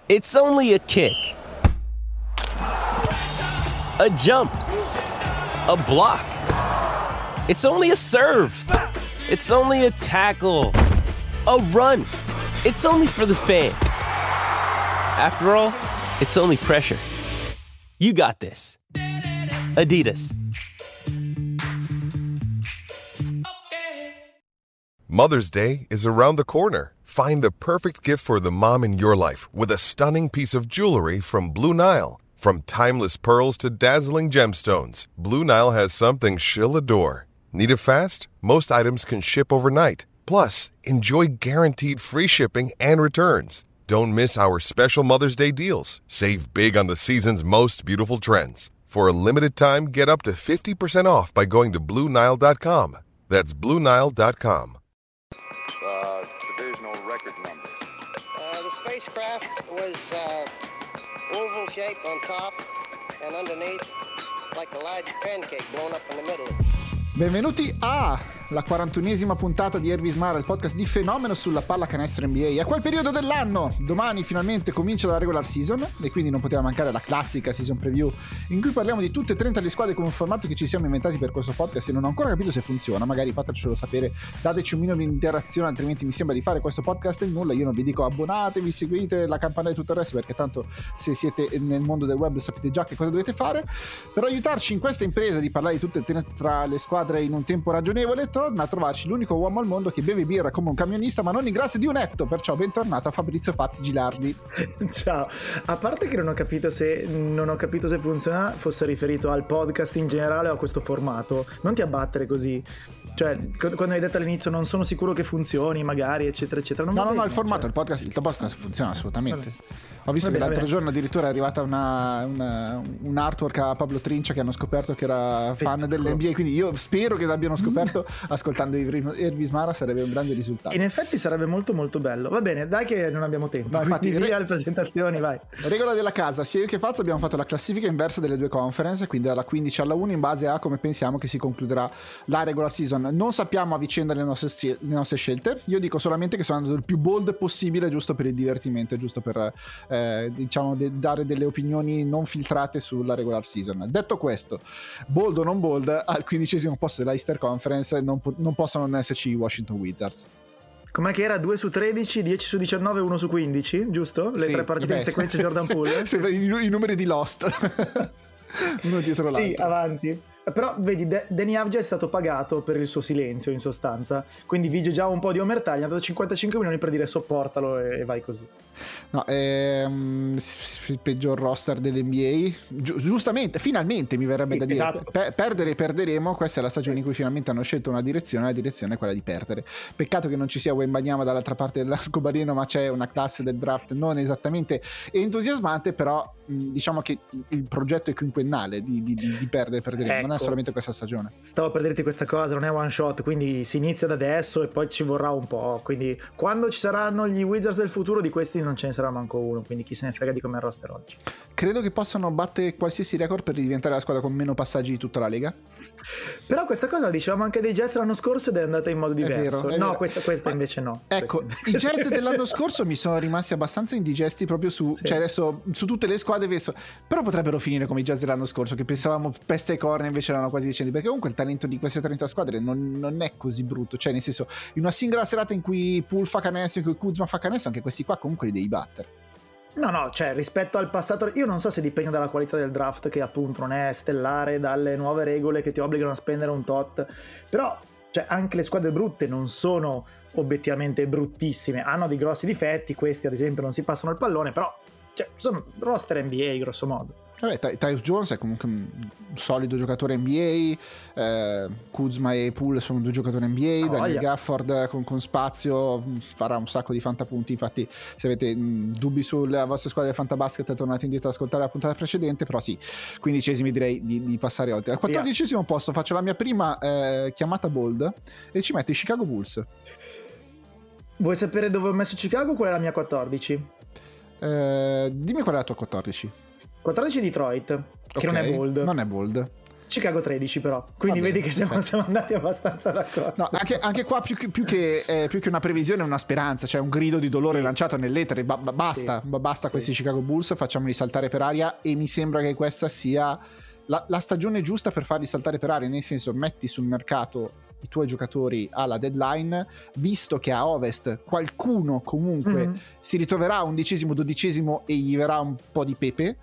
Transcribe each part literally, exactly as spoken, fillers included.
It's only a kick. A jump. A block. It's only a serve. It's only a tackle. A run. It's only for the fans. After all, it's only pressure. You got this. Adidas. Mother's Day is around the corner. Find the perfect gift for the mom in your life with a stunning piece of jewelry from Blue Nile. From timeless pearls to dazzling gemstones, Blue Nile has something she'll adore. Need it fast? Most items can ship overnight. Plus, enjoy guaranteed free shipping and returns. Don't miss our special Mother's Day deals. Save big on the season's most beautiful trends. For a limited time, get up to fifty percent off by going to Blue Nile dot com. That's Blue Nile dot com. Uh, divisional record number. Uh, the spacecraft was uh, oval shaped on top and underneath like a large pancake blown up in the middle. Benvenuti alla quarantunesima puntata di Ervis Mara, il podcast di fenomeno sulla pallacanestro N B A. È quel periodo dell'anno, domani finalmente comincia la regular season e quindi non poteva mancare la classica season preview in cui parliamo di tutte e trenta le squadre con un formato che ci siamo inventati per questo podcast e non ho ancora capito se funziona. Magari fatecelo sapere, dateci un minimo di interazione, altrimenti mi sembra di fare questo podcast in nulla. Io non vi dico abbonatevi, seguite la campanella e tutto il resto, perché tanto se siete nel mondo del web sapete già che cosa dovete fare. Per aiutarci in questa impresa di parlare di tutte e trenta le squadre in un tempo ragionevole, torna a trovarci l'unico uomo al mondo che beve birra come un camionista ma non ingrassa di un etto, perciò bentornato a Fabrizio Faz Gilardi. Ciao, a parte che non ho capito se non ho capito se funziona fosse riferito al podcast in generale o a questo formato. Non ti abbattere così, cioè quando hai detto all'inizio non sono sicuro che funzioni magari eccetera eccetera, non no no bene, no il formato, cioè. il podcast il podcast funziona assolutamente. Vabbè. Ho visto Vabbè, che l'altro vabbè. giorno addirittura è arrivata una, una, un artwork a Pablo Trincia che hanno scoperto che era fan dell'N B A, quindi io spero che l'abbiano scoperto ascoltando Ervis Mara, sarebbe un grande risultato. In effetti sarebbe molto molto bello. Va bene, dai che non abbiamo tempo. No, infatti, Quindi via re- le presentazioni, vai. Regola della casa, sia io che Faz abbiamo fatto la classifica inversa delle due conference, quindi dalla quindici alla uno in base a come pensiamo che si concluderà la regular season. Non sappiamo a vicenda le nostre, le nostre scelte, io dico solamente che sono andato il più bold possibile giusto per il divertimento, giusto per eh, diciamo de- dare delle opinioni non filtrate sulla regular season. Detto questo, bold o non bold, al quindicesimo posto della Easter Conference non, po- non possono non esserci i Washington Wizards. Com'è che era? due su tredici, dieci su diciannove, uno su quindici, giusto? Le Sì, tre partite beh. in sequenza Jordan Poole. Sembra i, i numeri di Lost. Uno dietro l'altro. Sì, avanti. Però vedi, De- Danny Avdija è stato pagato per il suo silenzio in sostanza, quindi vige già un po' di omertà, gli hanno dato cinquantacinque milioni per dire sopportalo e, e vai così. No, ehm, il peggior roster dell'N B A, Gi- giustamente, finalmente mi verrebbe Sì, da dire, esatto. pe- perdere e perderemo, questa è la stagione in cui finalmente hanno scelto una direzione, la direzione è quella di perdere. Peccato che non ci sia Wembanyama dall'altra parte dell'arcobaleno, ma c'è una classe del draft non esattamente entusiasmante, però mh, diciamo che il progetto è quinquennale di, di, di, di perdere e perderemo, non è Ecco, solamente questa stagione. Stavo per dirti questa cosa, non è one shot, quindi si inizia da adesso e poi ci vorrà un po', quindi quando ci saranno gli Wizards del futuro di questi non ce ne sarà manco uno, quindi chi se ne frega di com'è il roster oggi. Credo che possano battere qualsiasi record per diventare la squadra con meno passaggi di tutta la Lega. Però questa cosa la dicevamo anche dei Jazz l'anno scorso ed è andata in modo diverso. vero, è no, vero. questa, questa Ma- invece no. Ecco, Questa- i Jazz dell'anno scorso mi sono rimasti abbastanza indigesti proprio su, Sì. cioè adesso su tutte le squadre adesso, però potrebbero finire come i Jazz dell'anno scorso che pensavamo peste e corna invece erano quasi decenti, perché comunque il talento di queste trenta squadre non, non è così brutto, cioè nel senso in una singola serata in cui Poole fa canestro, in cui Kuzma fa canestro, anche questi qua comunque li devi battere. No, no, cioè rispetto al passato, io non so se dipende dalla qualità del draft, che appunto non è stellare, dalle nuove regole che ti obbligano a spendere un tot, però cioè, anche le squadre brutte non sono obiettivamente bruttissime, hanno dei grossi difetti, questi ad esempio non si passano il pallone, però cioè, sono roster N B A grosso modo. Vabbè, Ty- Tyus Jones è comunque un solido giocatore N B A, eh, Kuzma e Poole sono due giocatori N B A, Ah, Daniel voglia. Gafford con, con spazio mh, farà un sacco di fantapunti, infatti se avete mh, dubbi sulla vostra squadra di fantabasket tornate indietro ad ascoltare la puntata precedente, però sì, quindicesimi direi di, di passare oltre. Al quattordicesimo posto faccio la mia prima eh, chiamata bold e ci metto i Chicago Bulls. Vuoi sapere dove ho messo Chicago? Qual è la mia quattordici? Eh, dimmi qual è la tua quattordici. quattordici Detroit, che Ok, non è bold. Non è bold. Chicago tredici però, quindi bene, vedi che siamo, siamo andati abbastanza d'accordo. No, anche, anche qua più che, più, che, eh, più che una previsione è una speranza, cioè un grido di dolore lanciato nell'etere, ba- ba- basta, Sì. ba- basta Sì. questi Chicago Bulls, facciamoli saltare per aria, e mi sembra che questa sia la, la stagione giusta per farli saltare per aria, nel senso metti sul mercato i tuoi giocatori alla deadline, visto che a Ovest qualcuno comunque Mm. si ritroverà undicesimo, dodicesimo e gli verrà un po' di pepe.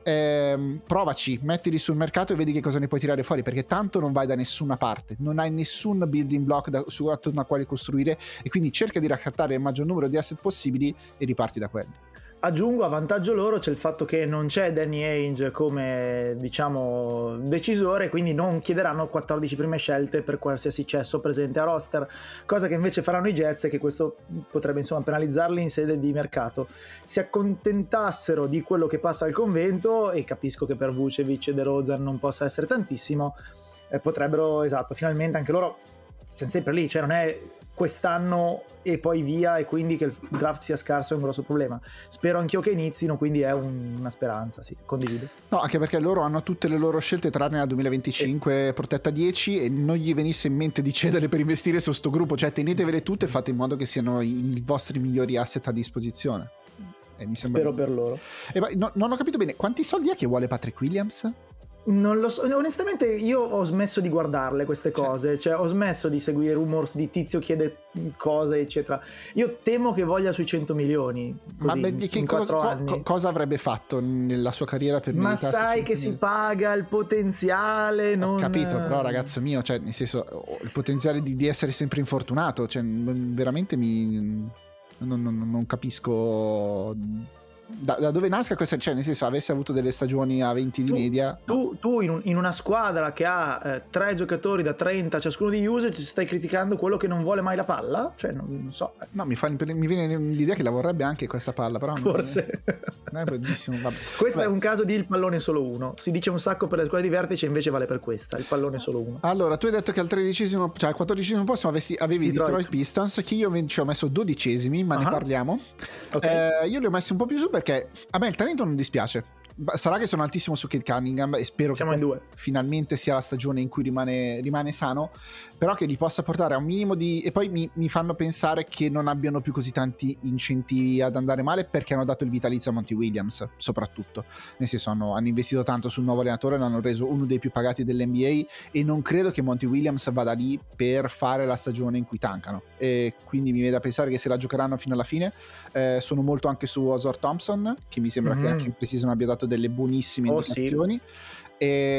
Ehm, provaci, mettili sul mercato e vedi che cosa ne puoi tirare fuori, perché tanto non vai da nessuna parte, non hai nessun building block da, su attorno a quale costruire, e quindi cerca di raccattare il maggior numero di asset possibili e riparti da quelli. Aggiungo, a vantaggio loro c'è il fatto che non c'è Danny Ainge come, diciamo, decisore, quindi non chiederanno quattordici prime scelte per qualsiasi cesso presente a roster, cosa che invece faranno i Jets, e che questo potrebbe insomma penalizzarli in sede di mercato. Si accontentassero di quello che passa al convento, e capisco che per Vucevic e DeRozan non possa essere tantissimo, eh, potrebbero, esatto, finalmente anche loro siamo sempre lì, cioè non è quest'anno e poi via, e quindi che il draft sia scarso è un grosso problema. Spero anch'io che inizino, quindi è un, una speranza, sì, condivido. No, anche perché loro hanno tutte le loro scelte tranne la duemilaventicinque sì. protetta dieci, e non gli venisse in mente di cedere per investire su sto gruppo, cioè tenetevele tutte e fate in modo che siano i, i vostri migliori asset a disposizione. E mi sembra... Spero per loro. E poi, no, non ho capito bene, quanti soldi è che vuole Patrick Williams? Non lo so, onestamente io ho smesso di guardarle queste cose, cioè ho smesso di seguire rumors di tizio chiede cose eccetera. Io temo che voglia sui cento milioni così, ma beh, che in cosa, quattro co- anni. cosa avrebbe fatto nella sua carriera per Ma meritarsi sai cento che si milioni? paga il potenziale, non... Ho capito, però ragazzo mio, cioè nel senso, il potenziale di, di essere sempre infortunato, cioè veramente mi non, non, non capisco Da, da dove nasca questa, cioè nel senso, avesse avuto delle stagioni a venti di tu, media. Tu, tu in, un, in una squadra che ha eh, tre giocatori da trenta ciascuno di usage, stai criticando quello che non vuole mai la palla? Cioè non, non so. No, mi, fa, mi viene l'idea che la vorrebbe anche questa palla, però forse non è bellissimo. Vabbè. Questo Beh. è un caso di il pallone solo uno. Si dice un sacco per le squadre di vertice, invece vale per questa, il pallone solo uno. Allora, tu hai detto che al tredicesimo, cioè al quattordicesimo posto avessi, avevi Detroit. Detroit Pistons, che io ci ho messo dodicesimi, ma Uh-huh. ne parliamo. Okay. Eh, io li ho messi un po' più su perché a me il talento non dispiace. Sarà che sono altissimo su Kate Cunningham e spero Siamo che in due. finalmente sia la stagione in cui rimane, rimane sano, però che li possa portare a un minimo di... E poi mi, mi fanno pensare che non abbiano più così tanti incentivi ad andare male, perché hanno dato il vitalizio a Monty Williams soprattutto, nel senso hanno, hanno investito tanto sul nuovo allenatore, l'hanno reso uno dei più pagati dell'N B A, e non credo che Monty Williams vada lì per fare la stagione in cui tankano, e quindi mi viene da pensare che se la giocheranno fino alla fine. Eh, sono molto anche su Ozor Thompson, che mi sembra Mm-hmm. che anche in pre-season abbia dato delle buonissime Oh, indicazioni. sì.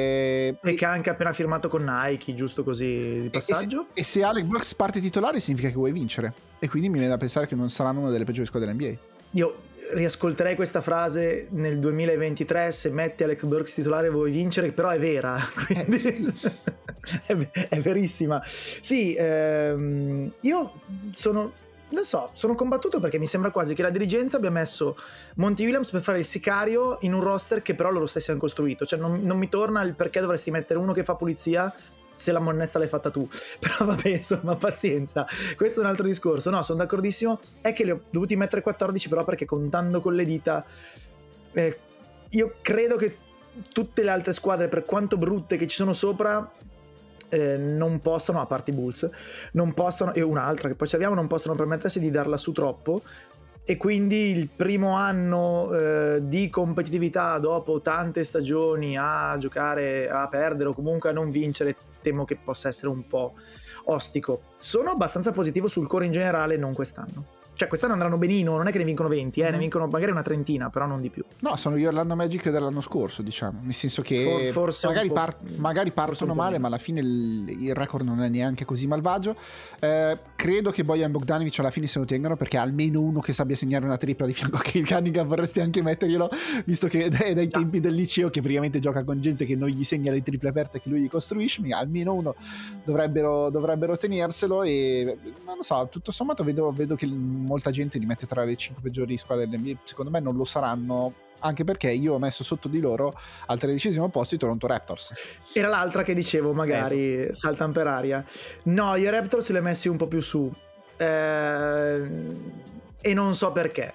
E, E che ha anche appena firmato con Nike, giusto così di passaggio. E se, e se Alec Burks parte titolare significa che vuoi vincere, e quindi mi viene da pensare che non saranno una delle peggiori squadre dell'N B A. Io riascolterei questa frase nel duemilaventitré: se metti Alec Burks titolare vuoi vincere, però è vera, quindi è, è verissima. Sì, ehm, io sono... non so, sono combattuto perché mi sembra quasi che la dirigenza abbia messo Monty Williams per fare il sicario in un roster che però loro stessi hanno costruito. Cioè non, non mi torna il perché dovresti mettere uno che fa pulizia se la monnezza l'hai fatta tu. Però vabbè, insomma, pazienza, questo è un altro discorso. No, sono d'accordissimo, è che li ho dovuti mettere quattordici però perché contando con le dita eh, io credo che tutte le altre squadre, per quanto brutte che ci sono sopra, Eh, non possano, a parte i Bulls, non possano, e un'altra che poi ci abbiamo, non possono permettersi di darla su troppo, e quindi il primo anno eh, di competitività dopo tante stagioni a giocare, a perdere o comunque a non vincere, temo che possa essere un po' ostico. Sono abbastanza positivo sul core in generale, non quest'anno. Cioè quest'anno andranno benino, non è che ne vincono venti, eh, mm. ne vincono magari una trentina, però non di più. No, sono gli Orlando Magic dell'anno scorso, diciamo, nel senso che For, forse magari, po', par- magari partono male, ma alla fine il, il record non è neanche così malvagio. Eh, credo che Bojan Bogdanovic alla fine se lo tengano, perché almeno uno che sappia segnare una tripla di fianco a Kate Cunningham vorresti anche metterglielo, visto che è dai tempi del liceo che praticamente gioca con gente che non gli segna le triple aperte che lui gli costruisce, almeno uno dovrebbero, dovrebbero tenerselo. E non lo so, tutto sommato vedo, vedo che molta gente li mette tra le cinque peggiori squadre dell'N B A. Secondo me non lo saranno, anche perché io ho messo sotto di loro al tredicesimo posto i Toronto Raptors. Era l'altra che dicevo, magari eh, saltano per aria. No, i Raptors li ho messi un po' più su, eh, e non so perché.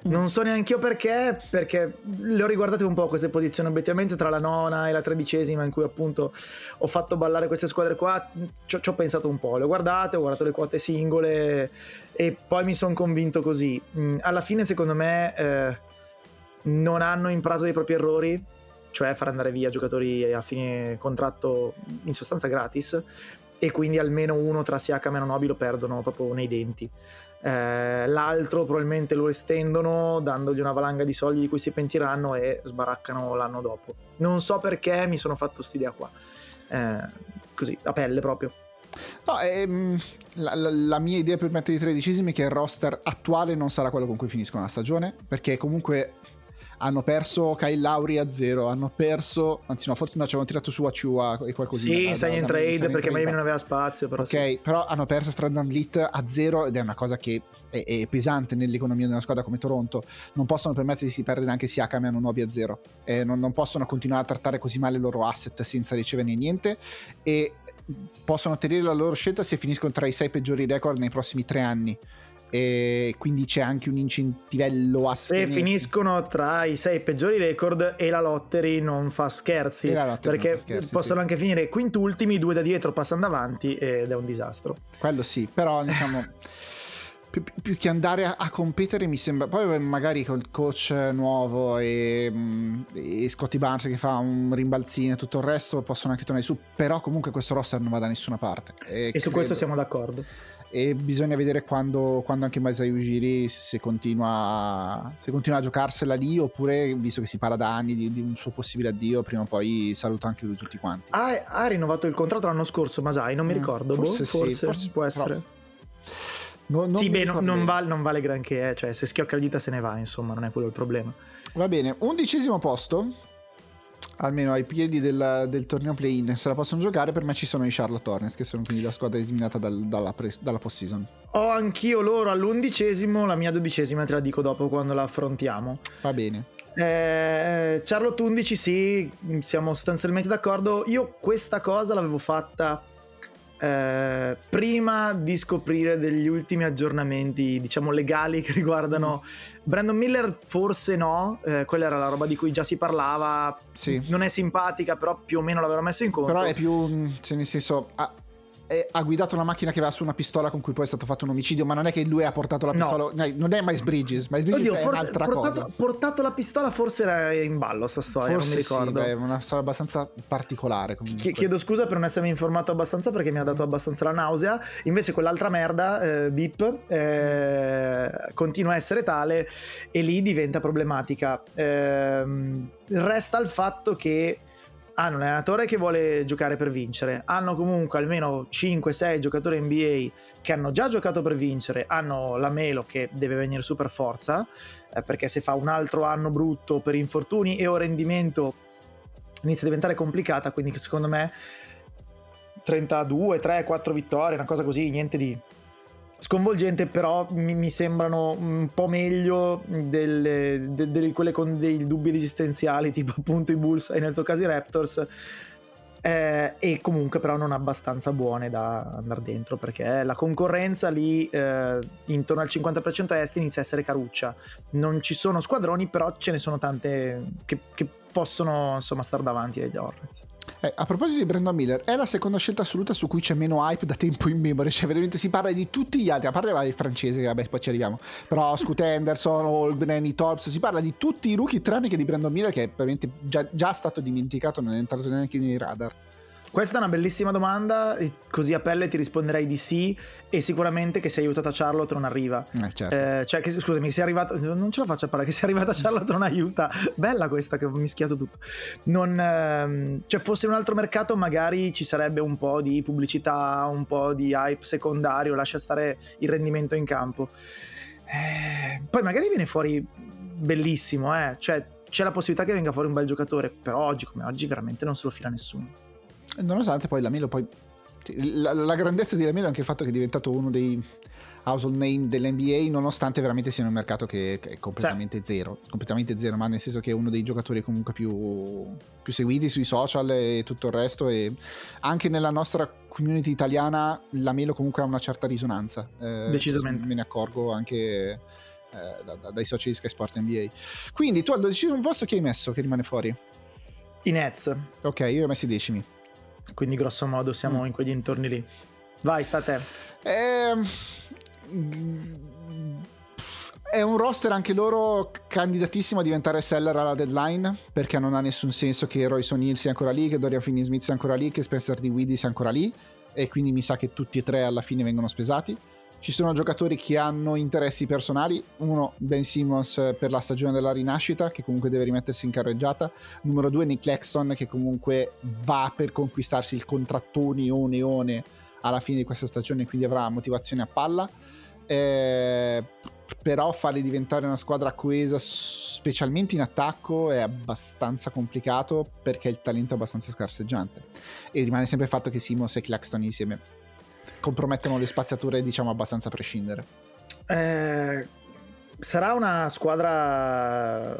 Non so neanche io perché, perché le ho riguardate un po' queste posizioni, obiettivamente tra la nona e la tredicesima in cui appunto ho fatto ballare queste squadre qua, ci ho, ci ho pensato un po', le ho guardate, ho guardato le quote singole e poi mi sono convinto così. Alla fine secondo me eh, non hanno imparato dei propri errori, cioè far andare via giocatori a fine contratto in sostanza gratis, e quindi almeno uno tra Siakam e Anunoby lo perdono proprio nei denti. Eh, l'altro probabilmente lo estendono dandogli una valanga di soldi di cui si pentiranno e sbaraccano l'anno dopo. Non so perché mi sono fatto quest'idea qua, eh, così a pelle proprio. No, ehm, la, la, la mia idea per mettere i tredicesimi è che il roster attuale non sarà quello con cui finiscono la stagione, perché comunque hanno perso Kyle Lowry a zero, hanno perso, anzi no, forse no, ci avevano tirato su a Chua e qualcosina. Sì, da, sign and trade, perché trade, Miami non aveva spazio. Però ok, sì. Però hanno perso Fred VanVleet a zero ed è una cosa che è, è pesante nell'economia di una squadra come Toronto. Non possono permettersi di perdere anche Siakam e Anunoby a zero. Eh, non, non possono continuare a trattare così male i loro asset senza riceverne niente, e possono ottenere la loro scelta se finiscono tra i sei peggiori record nei prossimi tre anni. E quindi c'è anche un incentivello a se finiscono tra i sei peggiori record e la lottery non fa scherzi, perché fa scherzi, possono sì. anche finire quintultimi, due da dietro passando avanti ed è un disastro. Quello sì, però diciamo più, più che andare a, a competere mi sembra, poi magari col coach nuovo e, e Scottie Barnes che fa un rimbalzino e tutto il resto possono anche tornare su, però comunque questo roster non va da nessuna parte e, e credo... su questo siamo d'accordo. E bisogna vedere quando, quando anche Masai Ujiri se continua, se continua a giocarsela lì, oppure, visto che si parla da anni di, di un suo possibile addio, prima o poi saluta anche lui tutti quanti. Ah, ha rinnovato il contratto l'anno scorso Masai, non mi ricordo, forse, boh, sì, forse, forse può essere. No, non sì, beh, non, non, vale, non vale granché, eh. Cioè se schiocca la dita se ne va, insomma, non è quello il problema. Va bene, undicesimo posto, almeno ai piedi del, del torneo play-in, se la possono giocare. Per me ci sono i Charlotte Hornets, che sono quindi la squadra eliminata dal, dalla, pre, dalla post-season. Ho anch'io loro all'undicesimo, la mia dodicesima te la dico dopo quando la affrontiamo. Va bene. eh, Charlotte undici, sì, siamo sostanzialmente d'accordo. Io questa cosa l'avevo fatta eh, prima di scoprire degli ultimi aggiornamenti, diciamo legali, che riguardano Brandon Miller. Forse no, eh, quella era la roba di cui già si parlava. Sì. Non è simpatica, però più o meno l'avevano messo in conto. Però è più, cioè nel senso, ha, è, ha guidato una macchina che aveva su una pistola con cui poi è stato fatto un omicidio, ma non è che lui ha portato la pistola. No. No, non è Miles Bridges. Miles Bridges Oddio, è forse un'altra portato, cosa. Portato la pistola, forse era in ballo sta storia, forse non mi ricordo. Sì, beh, è una storia abbastanza particolare. Comunque. Chiedo scusa per non essermi informato abbastanza, perché mi ha dato abbastanza la nausea. Invece quell'altra merda, eh, Beep, eh, continua a essere tale e lì diventa problematica. Eh, resta il fatto che hanno un allenatore che vuole giocare per vincere, hanno comunque almeno cinque sei giocatori N B A che hanno già giocato per vincere, hanno la Melo che deve venire su per forza, eh, perché se fa un altro anno brutto per infortuni e o rendimento inizia a diventare complicata, quindi secondo me trentadue, tre, quattro vittorie, una cosa così, niente di sconvolgente, però mi, mi sembrano un po' meglio delle, de, de, quelle con dei dubbi esistenziali, tipo appunto i Bulls e nel tuo caso i Raptors, eh, e comunque però non abbastanza buone da andare dentro, perché la concorrenza lì eh, intorno al cinquanta per cento est inizia a essere caruccia. Non ci sono squadroni, però ce ne sono tante che, che possono insomma star davanti agli Hornets. Eh, a proposito di Brandon Miller, è la seconda scelta assoluta su cui c'è meno hype da tempo in memoria, cioè veramente si parla di tutti gli altri, a parte dei francesi, che vabbè poi ci arriviamo, però Scoot Henderson, Holgren, Torps, si parla di tutti i rookie tranne che di Brandon Miller, che è veramente già, già stato dimenticato, non è entrato neanche nei radar. Questa è una bellissima domanda, così a pelle ti risponderei di sì, e sicuramente che sia aiutata Charlotte non arriva. Eh, certo. eh, cioè che, scusami, che sia arrivato, non ce la faccio a parlare, che sia arrivata Charlotte non aiuta. Bella questa, che ho mischiato tutto. Non, ehm, cioè fosse un altro mercato magari ci sarebbe un po' di pubblicità, un po' di hype secondario, lascia stare il rendimento in campo. Eh, poi magari viene fuori bellissimo, eh. Cioè c'è la possibilità che venga fuori un bel giocatore, però oggi come oggi veramente non se lo fila nessuno. Nonostante poi Lamelo poi la, la grandezza di Lamelo è anche il fatto che è diventato uno dei household name dell'N B A, nonostante veramente sia un mercato che, che è completamente sì. zero completamente zero, ma nel senso che è uno dei giocatori comunque più, più seguiti sui social e tutto il resto, e anche nella nostra community italiana Lamelo comunque ha una certa risonanza, eh, decisamente me ne accorgo anche eh, da, da, dai soci di Sky Sport N B A. Quindi tu al dodicesimo posto chi hai messo che rimane fuori? I Nets. Ok, io ho messo i decimi. Quindi grosso modo siamo mm. in quegli intorni lì. Vai, sta a te. Ehm... È un roster anche loro candidatissimo a diventare seller alla deadline, perché non ha nessun senso che Royce O'Neal sia ancora lì, che Dorian Finney-Smith sia ancora lì, che Spencer Dinwiddie sia ancora lì, e quindi mi sa che tutti e tre alla fine vengono spesati. Ci sono giocatori che hanno interessi personali, uno Ben Simmons per la stagione della rinascita, che comunque deve rimettersi in carreggiata, numero due Nick Claxton, che comunque va per conquistarsi il contrattone one one alla fine di questa stagione, quindi avrà motivazione a palla. Eh, però farli diventare una squadra coesa specialmente in attacco è abbastanza complicato, perché il talento è abbastanza scarseggiante, e rimane sempre il fatto che Simmons e Claxton insieme compromettono le spaziature, diciamo, abbastanza a prescindere. Eh, sarà una squadra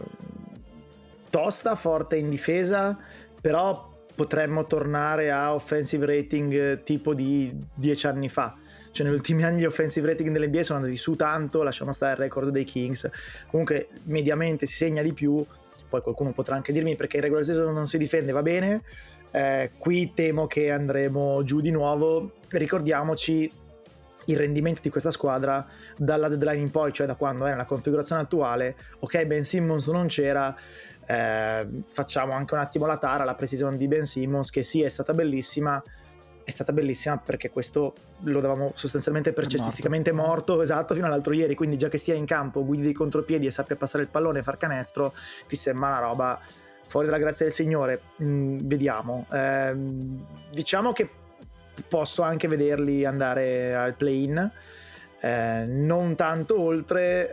tosta, forte in difesa, però potremmo tornare a offensive rating tipo di dieci anni fa. Cioè negli ultimi anni gli offensive rating dell'N B A sono andati su tanto, lasciamo stare il record dei Kings, comunque mediamente si segna di più. Poi qualcuno potrà anche dirmi perché in regular season non si difende, va bene, eh, qui temo che andremo giù di nuovo. Ricordiamoci il rendimento di questa squadra dalla deadline in poi, cioè da quando era la configurazione attuale. Ok, Ben Simmons non c'era, eh, facciamo anche un attimo la tara, la pre-season di Ben Simmons, che sì è stata bellissima, è stata bellissima perché questo lo davamo sostanzialmente per cestisticamente morto, esatto, fino all'altro ieri, quindi già che stia in campo, guidi dei contropiedi e sappia passare il pallone e far canestro, ti sembra una roba fuori dalla grazia del Signore. Mm, vediamo, eh, diciamo che posso anche vederli andare al play-in, eh, non tanto oltre.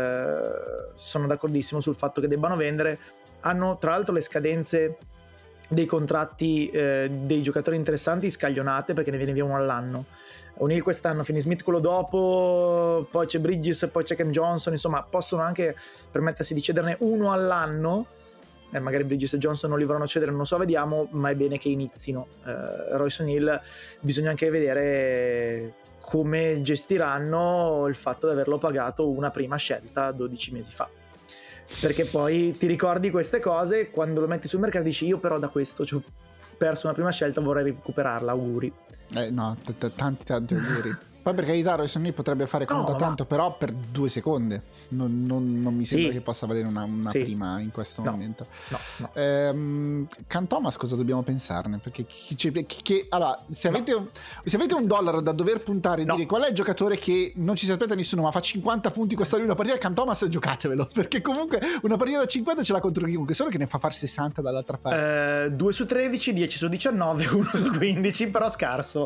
Eh, sono d'accordissimo sul fatto che debbano vendere. Hanno tra l'altro le scadenze dei contratti eh, dei giocatori interessanti scaglionate, perché ne viene via uno all'anno. O'Neal quest'anno, Finney-Smith quello dopo, poi c'è Bridges, poi c'è Cam Johnson, insomma possono anche permettersi di cederne uno all'anno. Eh, magari Bridges e Johnson non li vorranno cedere, non lo so, vediamo, ma è bene che inizino. eh, Royce O'Neal bisogna anche vedere come gestiranno il fatto di averlo pagato una prima scelta dodici mesi fa, perché poi ti ricordi queste cose quando lo metti sul mercato, dici io però da questo ci ho perso una prima scelta, vorrei recuperarla, auguri. Eh no, tanti tanti auguri. Poi per carità Royce O'Neal potrebbe fare conto no, tanto, ma... però per due secondi non, non, non mi sembra sì. che possa valere una, una sì. prima in questo no. momento. No, no. Ehm, Cam Thomas cosa dobbiamo pensarne? Perché chi, chi, chi, chi, allora, se avete, no. se avete un dollaro da dover puntare e no. dire qual è il giocatore che non ci si aspetta nessuno ma fa cinquanta punti questa una partita, Cam Thomas, giocatevelo, perché comunque una partita da cinquanta ce l'ha contro chiunque, solo che ne fa far sessanta dall'altra parte. Eh, due su tredici, dieci su diciannove, uno su quindici, però scarso.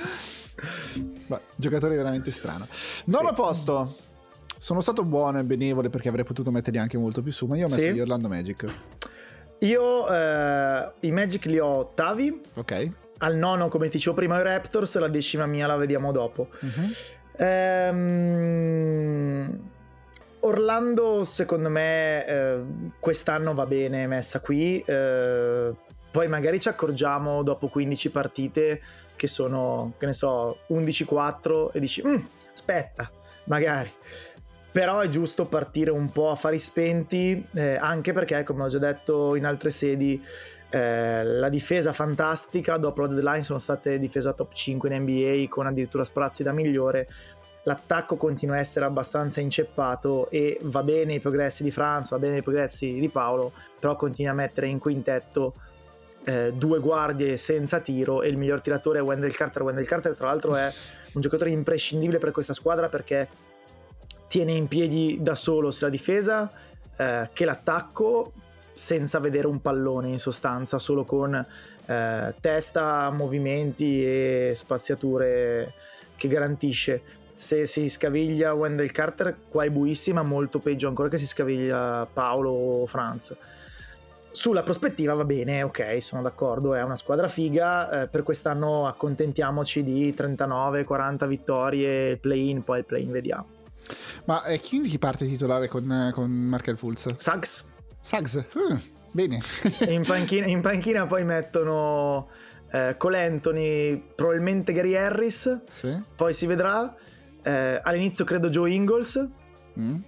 Beh, giocatore veramente strano. Nono sì. posto. Sono stato buono e benevole perché avrei potuto metterli anche molto più su, ma io ho messo sì. gli Orlando Magic. Io eh, i Magic li ho ottavi. Ok. Al nono, come ti dicevo prima, i Raptors. La decima mia la vediamo dopo. Uh-huh. ehm, Orlando secondo me eh, quest'anno va bene messa qui, eh, poi magari ci accorgiamo dopo quindici partite che sono, che ne so, undici quattro e dici mm, aspetta, magari. Però è giusto partire un po' a fari spenti, eh, anche perché, come ho già detto in altre sedi, eh, la difesa fantastica, dopo la deadline sono state difesa top cinque in N B A con addirittura Sprazzi da migliore. L'attacco continua a essere abbastanza inceppato e va bene i progressi di Franz, va bene i progressi di Paolo, però continua a mettere in quintetto Eh, due guardie senza tiro e il miglior tiratore è Wendell Carter. Wendell Carter tra l'altro è un giocatore imprescindibile per questa squadra perché tiene in piedi da solo sia la difesa eh, che l'attacco, senza vedere un pallone in sostanza, solo con eh, testa, movimenti e spaziature che garantisce. Se si scaviglia Wendell Carter qua è buissima, molto peggio ancora che si scaviglia Paolo o Franz. Sulla prospettiva va bene, ok, sono d'accordo, è una squadra figa, eh, per quest'anno accontentiamoci di trentanove quaranta vittorie, play-in, poi il play-in vediamo. Ma eh, chi, chi parte titolare con, con Markelle Fultz? Suggs. Suggs, uh, bene. in, panchina, in panchina poi mettono eh, Cole Anthony, probabilmente Gary Harris, sì. Poi si vedrà, eh, all'inizio credo Joe Ingles, mm.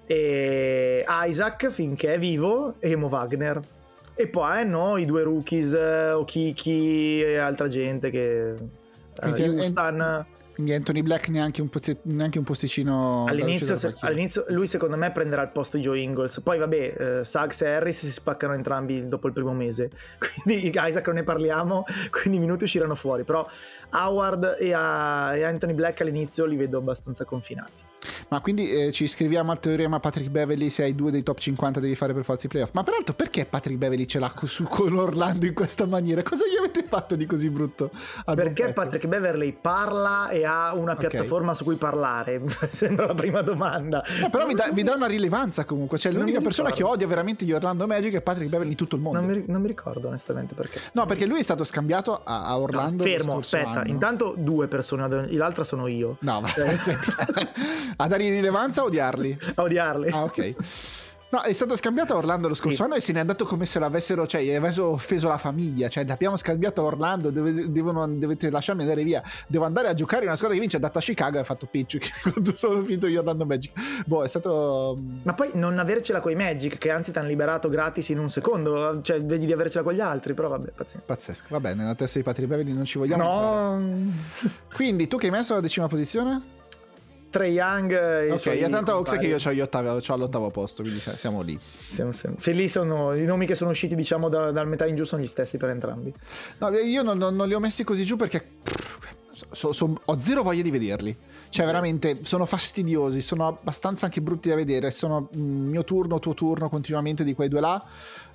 e Isaac finché è vivo e Mo Wagner, e poi hanno i due rookies, Okiki e altra gente che Quindi, uh, Houston. Quindi Anthony Black neanche un, pozze- neanche un posticino all'inizio, se, all'inizio lui secondo me prenderà il posto di Joe Ingles, poi vabbè eh, Suggs e Harris si spaccano entrambi dopo il primo mese, quindi Isaac non ne parliamo, quindi i minuti usciranno fuori, però Howard e, a, e Anthony Black all'inizio li vedo abbastanza confinati. Ma quindi eh, ci iscriviamo al teorema Patrick Beverley, se hai due dei top cinquanta devi fare per forza i playoff. Ma peraltro perché Patrick Beverley ce l'ha su con Orlando in questa maniera? Cosa gli avete fatto di così brutto? Perché Patrick Beverley parla e ha una piattaforma okay. su cui parlare. Sembra la prima domanda. No, però mi dà, mi dà una rilevanza comunque. Cioè l'unica persona ricordo. che odia veramente gli Orlando Magic è Patrick Beverley in tutto il mondo. Non mi, non mi ricordo onestamente perché. No, perché lui è stato scambiato a, a Orlando. No, fermo, aspetta. Anno. Intanto due persone, l'altra sono io. No, ma cioè. a dare rilevanza a odiarli? A odiarli. Ah, ok. No, è stato scambiato a Orlando lo scorso sì. anno e se n'è andato come se l'avessero, cioè, gli avessero offeso la famiglia. Cioè, l'abbiamo scambiato a Orlando, dove, devono, dovete lasciarmi andare via. Devo andare a giocare in una squadra che vince. È andato a Chicago e ha fatto peggio che quando sono finito gli Orlando Magic. Boh, è stato. Ma poi non avercela con i Magic, che anzi ti hanno liberato gratis in un secondo. Cioè, vedi di avercela con gli altri, però vabbè, pazienza. Pazzesco. Vabbè, nella testa di Patrick Beverley non ci vogliamo. No. Quindi, tu che hai messo alla decima posizione? Trae Young e ok, gli Atlanta Hawks che io ho, gli ottavi, ho all'ottavo posto, quindi siamo lì. Siamo, siamo. Lì sono i nomi che sono usciti, diciamo, da, dal metà in giù sono gli stessi per entrambi. No, io non, non, non li ho messi così giù perché so, so, ho zero voglia di vederli. Cioè, sì. veramente sono fastidiosi, sono abbastanza anche brutti da vedere. Sono mio turno, tuo turno, continuamente di quei due là.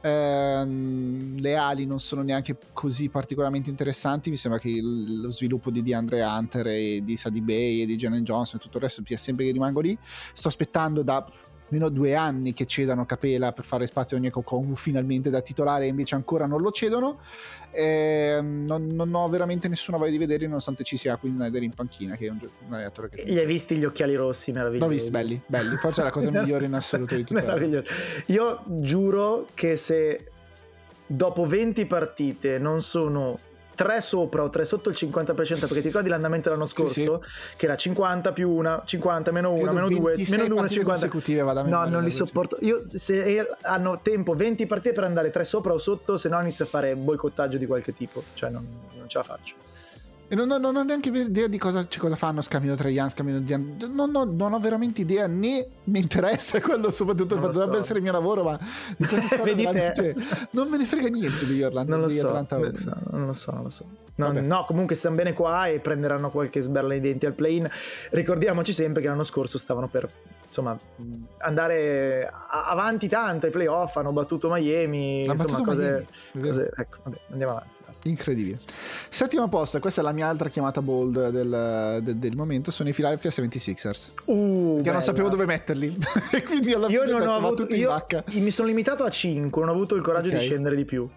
Ehm, le ali non sono neanche così particolarmente interessanti. Mi sembra che il, lo sviluppo di DeAndre Hunter e di Sadie Bay e di Jalen Johnson e tutto il resto sia sempre che rimango lì. Sto aspettando da almeno due anni che cedano Capela per fare spazio a Onyeka Okongwu finalmente da titolare, e invece ancora non lo cedono. Ehm, non, non ho veramente nessuna voglia di vederli, nonostante ci sia Quinn Snyder in panchina, che è un, un allenatore che... Gli hai visti gli occhiali rossi meravigliosi? L'ho visti, belli, belli, forse è la cosa migliore in assoluto di tutto. Meraviglioso. Io giuro che se dopo venti partite non sono tre sopra o tre sotto il cinquanta per cento, perché ti ricordi l'andamento dell'anno scorso, sì, sì. che era cinquanta più una, cinquanta meno una, meno due, meno due, cinquanta consecutive vado a no, non li sopporto. Io, se hanno tempo venti partite per andare tre sopra o sotto, se no inizio a fare boicottaggio di qualche tipo, cioè non, non ce la faccio. E non, non, non ho neanche idea di cosa, cioè, cosa fanno, scambiano tra gli anni, scambiano di anni. Non, non, non ho veramente idea, né mi interessa quello, soprattutto il fatto so. dovrebbe essere il mio lavoro, ma di questa squadra cioè, non me ne frega niente di Orlando, non lo di so, Atlanta Hawks. Non lo so, non lo so. No, no, comunque stanno bene qua e prenderanno qualche sberla ai denti al play-in. Ricordiamoci sempre che l'anno scorso stavano per, insomma, andare avanti tanto ai playoff, hanno battuto Miami, ha insomma, battuto cose, Miami. cose ecco, vabbè, andiamo avanti. Basta. Incredibile. Settimo posto, questa è la mia altra chiamata bold del, del, del momento, sono i Philadelphia settantasei ers. Uh, perché non sapevo dove metterli. E quindi alla io fine non ho avuto tutti io in vacca. Mi sono limitato a cinque, non ho avuto il coraggio okay. di scendere di più.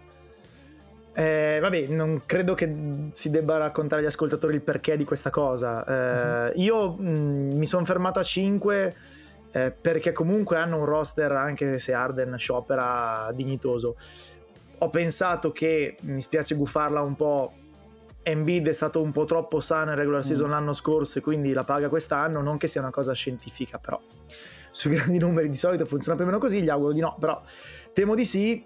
Eh, vabbè, non credo che si debba raccontare agli ascoltatori il perché di questa cosa. Eh, uh-huh. Io mh, mi sono fermato a cinque eh, perché comunque hanno un roster, anche se Harden sciopera, dignitoso. Ho pensato che, mi spiace guffarla un po', Embiid è stato un po' troppo sano in regular season mm. l'anno scorso e quindi la paga quest'anno, non che sia una cosa scientifica, però sui grandi numeri di solito funziona più o meno così, gli auguro di no, però temo di sì.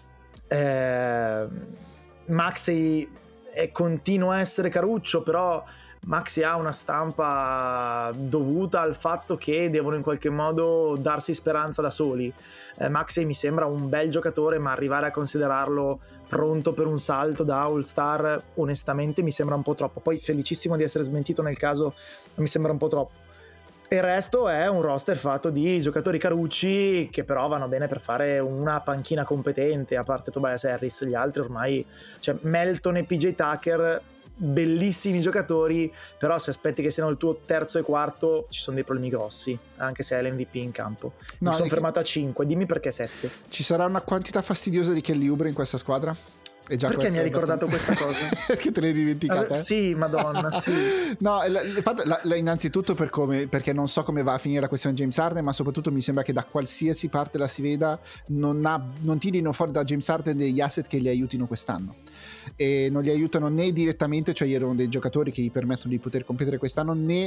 eh, Maxey è, continua a essere caruccio, però Maxey ha una stampa dovuta al fatto che devono in qualche modo darsi speranza da soli. eh, Maxey mi sembra un bel giocatore, ma arrivare a considerarlo pronto per un salto da All-Star onestamente mi sembra un po' troppo. Poi felicissimo di essere smentito nel caso, mi sembra un po' troppo. Il resto è un roster fatto di giocatori carucci che però vanno bene per fare una panchina competente, a parte Tobias Harris. Gli altri ormai, cioè Melton e P J Tucker, bellissimi giocatori, però se aspetti che siano il tuo terzo e quarto ci sono dei problemi grossi, anche se hai l'M V P in campo. Mi no, sono fermato a cinque, dimmi perché sette. Ci sarà una quantità fastidiosa di Kelly Oubre in questa squadra? E già perché mi hai ricordato abbastanza... questa cosa? Perché te l'hai dimenticata? Eh, sì, madonna, sì. No, il fatto, la, la, innanzitutto per come, perché non so come va a finire la questione James Harden, ma soprattutto mi sembra che da qualsiasi parte la si veda non, ha, non tirino fuori da James Harden degli asset che li aiutino quest'anno, e non li aiutano né direttamente, cioè erano dei giocatori che gli permettono di poter competere quest'anno, né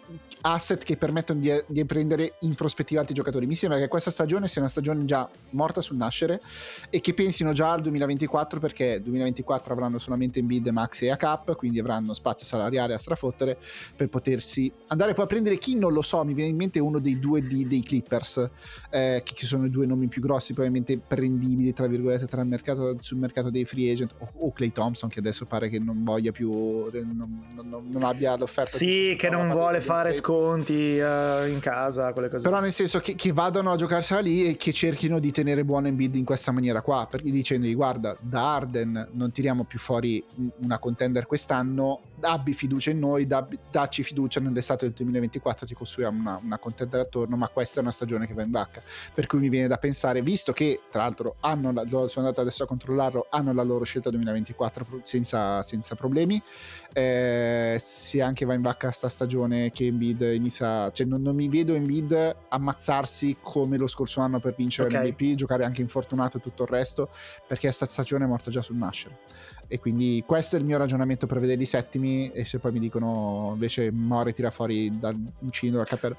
asset che permettono di, di prendere in prospettiva altri giocatori. Mi sembra che questa stagione sia una stagione già morta sul nascere e che pensino già al duemilaventiquattro, perché duemilaventiquattro avranno solamente Embiid, Max e A Cap, quindi avranno spazio salariale a strafottere per potersi andare poi a prendere chi non lo so. Mi viene in mente uno dei due di, dei Clippers, eh, che, che sono i due nomi più grossi probabilmente prendibili tra virgolette tra il mercato, sul mercato dei free agent, o, o Klay Thompson, che adesso pare che non voglia più, non, non, non abbia l'offerta, sì, che non vuole fare sconti uh, in casa, quelle cose. Però nel senso che, che vadano a giocarsela lì e che cerchino di tenere buono Embiid in questa maniera qua, perché dicendogli guarda, da Harden non tiriamo più fuori una contender quest'anno, abbi fiducia in noi, dabbi, dacci fiducia nell'estate del duemilaventiquattro, ti costruiamo una, una contender attorno, ma questa è una stagione che va in vacca, per cui mi viene da pensare, visto che tra l'altro hanno la, sono andato adesso a controllarlo, hanno la loro scelta duemilaventiquattro senza, senza problemi, eh, se anche va in vacca sta stagione che Embiid inizia, cioè non, non mi vedo Embiid ammazzarsi come lo scorso anno per vincere okay. l'M V P, giocare anche infortunato e tutto il resto, perché sta stagione è morta già sul nascere, e quindi questo è il mio ragionamento per vederli settimi. E se poi mi dicono invece Mori tira fuori dal uncino dal cappello,